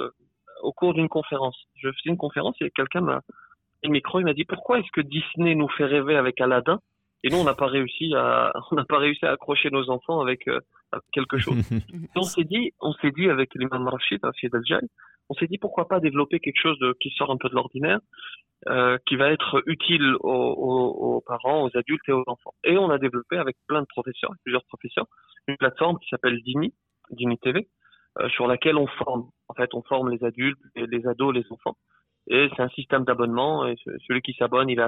au cours d'une conférence. Je faisais une conférence et quelqu'un m'a pris le micro, il m'a dit pourquoi est-ce que Disney nous fait rêver avec Aladdin et nous on n'a pas réussi à accrocher nos enfants avec quelque chose. Et on s'est dit avec l'imam Rachid, Rachid Al-Jai, on s'est dit pourquoi pas développer quelque chose qui sort un peu de l'ordinaire, qui va être utile aux parents, aux adultes et aux enfants. Et on a développé avec plusieurs professeurs, une plateforme qui s'appelle Dini TV, sur laquelle on forme. En fait, on forme les adultes, les ados, les enfants. Et c'est un système d'abonnement. Et celui qui s'abonne, il a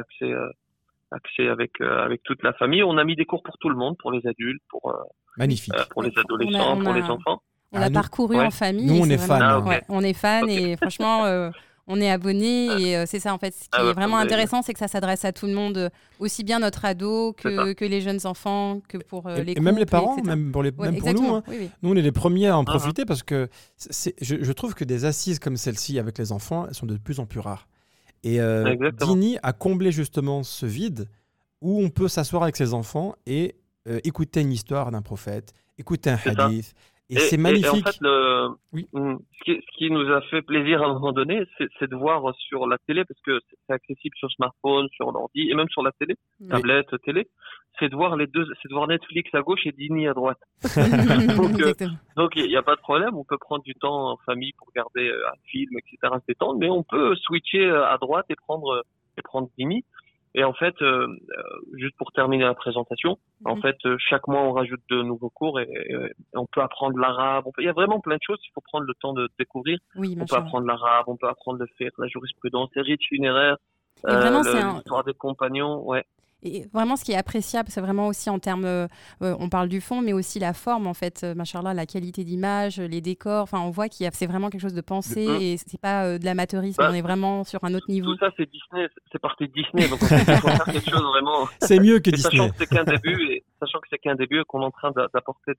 accès avec toute la famille. On a mis des cours pour tout le monde, pour les adultes, Magnifique. pour les adolescents, pour les enfants. On l'a parcouru en famille. Nous, et on est c'est fans. vraiment- Ah, ok. ouais, on est fans Ok. et franchement, on est abonnés. Et c'est ça, en fait, ce qui est vraiment intéressant, c'est que ça s'adresse à tout le monde, aussi bien notre ado que les jeunes enfants, que pour les Et même les couples, parents, etc. même pour Ouais, nous. exactement, Hein. oui, oui. Nous, on est les premiers à en profiter parce que je trouve que des assises comme celle-ci avec les enfants, elles sont de plus en plus rares. Et Exactement. Dini a comblé justement ce vide où on peut s'asseoir avec ses enfants et écouter une histoire d'un prophète, écouter un C'est ça. hadith. Et c'est magnifique. Et en fait, Oui. ce qui nous a fait plaisir à un moment donné, c'est de voir sur la télé, parce que c'est accessible sur smartphone, sur l'ordi, et même sur la télé, tablette, télé, c'est de voir Netflix à gauche et Dini à droite. Exactement. Donc il n'y a pas de problème, on peut prendre du temps en famille pour regarder un film, etc., se détendre, mais on peut switcher à droite et prendre Dini. Et en fait, juste pour terminer la présentation, en fait, chaque mois on rajoute de nouveaux cours et on peut apprendre l'arabe. Il y a vraiment plein de choses, il faut prendre le temps de découvrir. Oui, On peut apprendre l'arabe, on peut apprendre le fiqh, la jurisprudence, les rites funéraires, Et vraiment, l'histoire des compagnons, ouais. Et vraiment, ce qui est appréciable, c'est vraiment aussi en termes, on parle du fond, mais aussi la forme, en fait, machallah, la qualité d'image, les décors. Enfin, on voit c'est vraiment quelque chose de pensé et c'est pas de l'amateurisme. On est vraiment sur un autre niveau. Tout ça, c'est Disney, c'est parti de Disney, donc on peut faire quelque chose vraiment. C'est mieux que Et Disney. sachant que c'est qu'un début et qu'on est en train d'apporter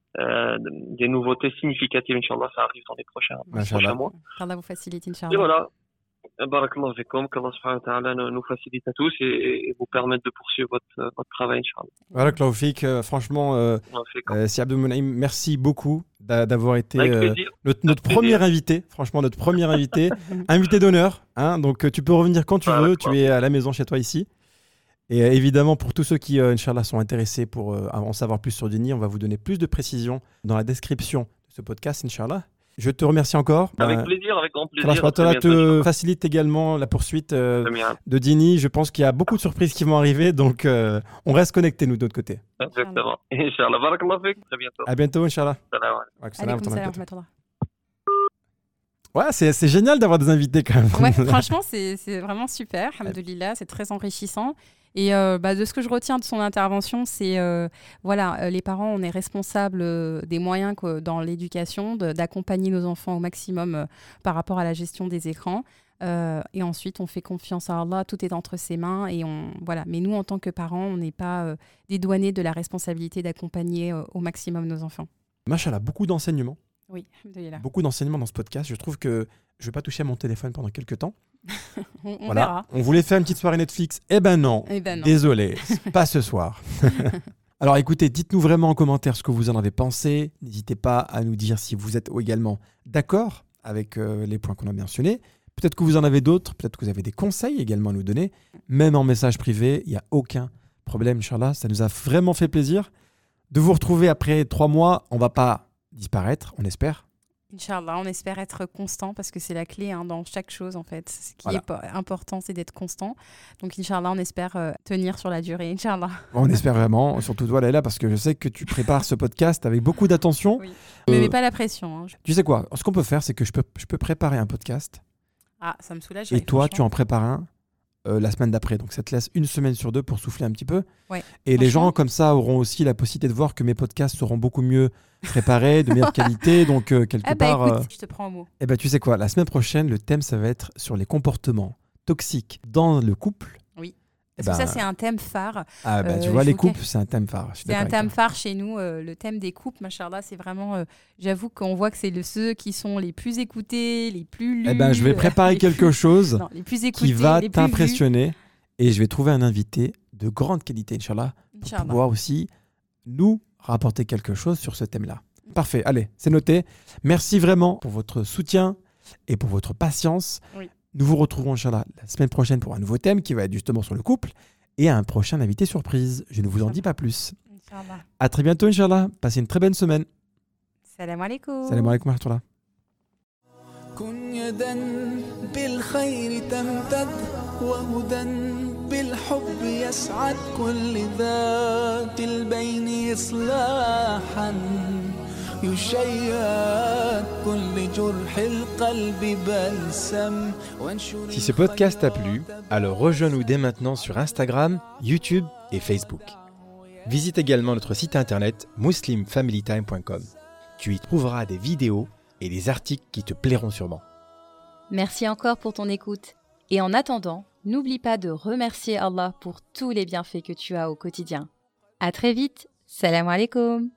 des nouveautés significatives, Inch'Allah, ça arrive dans les prochains mois. Qu'Allah vous facilite, Inch'Allah. Et voilà. Barakallahu fikum, qu'Allah subhanahu wa ta'ala nous facilite à tous et vous permette de poursuivre votre travail, Inch'Allah. Barakallahu fik. Franchement, si Abdou Mounaïm, merci beaucoup d'avoir été notre premier invité. Franchement, notre premier invité. Invité d'honneur. Hein, donc, tu peux revenir quand tu veux. Tu es à la maison chez toi ici. Et évidemment, pour tous ceux qui, Inch'Allah, sont intéressés pour en savoir plus sur Dini, on va vous donner plus de précisions dans la description de ce podcast, Inch'Allah. Je te remercie encore. Avec plaisir, avec grand plaisir. Allah te facilite également la poursuite de Dini. Je pense qu'il y a beaucoup de surprises qui vont arriver, donc on reste connectés, nous, de notre côté. Exactement. Inch'Allah. Barakallahu fik. Très bientôt. À bientôt, Inch'Allah. Salam. Ouais, c'est génial d'avoir des invités quand même. Ouais, franchement, c'est vraiment super. Alhamdoulilah, c'est très enrichissant. Et de ce que je retiens de son intervention, c'est les parents, on est responsables des moyens dans l'éducation, d'accompagner nos enfants au maximum par rapport à la gestion des écrans. Et ensuite, on fait confiance à Allah, tout est entre ses mains. Et Mais nous, en tant que parents, on n'est pas dédouanés de la responsabilité d'accompagner au maximum nos enfants. Machallah, beaucoup d'enseignements. Oui, alhamdoulilah. Beaucoup d'enseignements dans ce podcast. Je trouve que je ne vais pas toucher à mon téléphone pendant quelques temps. on verra. On voulait faire une petite soirée Netflix. Eh ben non. Désolé, pas ce soir. Alors écoutez, dites-nous vraiment en commentaire ce que vous en avez pensé. N'hésitez pas à nous dire si vous êtes également d'accord avec les points qu'on a mentionnés. Peut-être que vous en avez d'autres, peut-être que vous avez des conseils également à nous donner. Même en message privé, il n'y a aucun problème, Inch'Allah. Ça nous a vraiment fait plaisir de vous retrouver après 3 mois. On ne va pas disparaître, on espère. Inch'Allah, on espère être constant parce que c'est la clé dans chaque chose en fait. Ce qui est important, c'est d'être constant. Donc Inch'Allah, on espère tenir sur la durée, Inch'Allah. On espère vraiment, surtout toi Laila, parce que je sais que tu prépares ce podcast avec beaucoup d'attention. Oui. Ne mets pas la pression. Tu sais quoi, ce qu'on peut faire, c'est que je peux préparer un podcast. Ah, ça me soulage. Et toi, tu en prépares un la semaine d'après. Donc ça te laisse une semaine sur 2 pour souffler un petit peu. Ouais. Et les Franchement. gens comme ça auront aussi la possibilité de voir que mes podcasts seront beaucoup mieux préparés, de meilleure qualité. Donc quelque Ah bah part, écoute, je te prends au mot. eh ben, tu sais quoi, la semaine prochaine, le thème, ça va être sur les comportements toxiques dans le couple. Parce que ça, c'est un thème phare. Ah bah, tu vois, je les vous couples, c'est un thème phare. Je suis C'est un d'accord avec thème toi. phare chez nous. Le thème des couples, machallah, c'est vraiment... j'avoue qu'on voit que c'est ceux qui sont les plus écoutés, les plus lus. Eh ben, je vais préparer les quelque plus- chose Non, les plus écoutés, qui va les plus vus. t'impressionner et je vais trouver un invité de grande qualité, Inch'Allah, pour Inch'Allah. pouvoir aussi nous rapporter quelque chose sur ce thème-là. Parfait, allez, c'est noté. Merci vraiment pour votre soutien et pour votre patience. Oui. Nous vous retrouverons, Inch'Allah, la semaine prochaine pour un nouveau thème qui va être justement sur le couple et un prochain invité surprise. Je ne vous en dis pas plus. Inch'Allah. À très bientôt, Inch'Allah. Passez une très bonne semaine. Salam alaikum. Salam alaikum wa rahmatullah. كن يدا بالخير تمتد وهدى بالحب يسعد كل ذات البين إصلاحا يشيد كل جرح القلب بلسم وانشر Si ce podcast t'a plu, alors rejoins-nous dès maintenant sur Instagram, YouTube et Facebook. Visite également notre site internet muslimfamilytime.com. Tu y trouveras des vidéos et des articles qui te plairont sûrement. Merci encore pour ton écoute. Et en attendant, n'oublie pas de remercier Allah pour tous les bienfaits que tu as au quotidien. À très vite. Salam alaikum.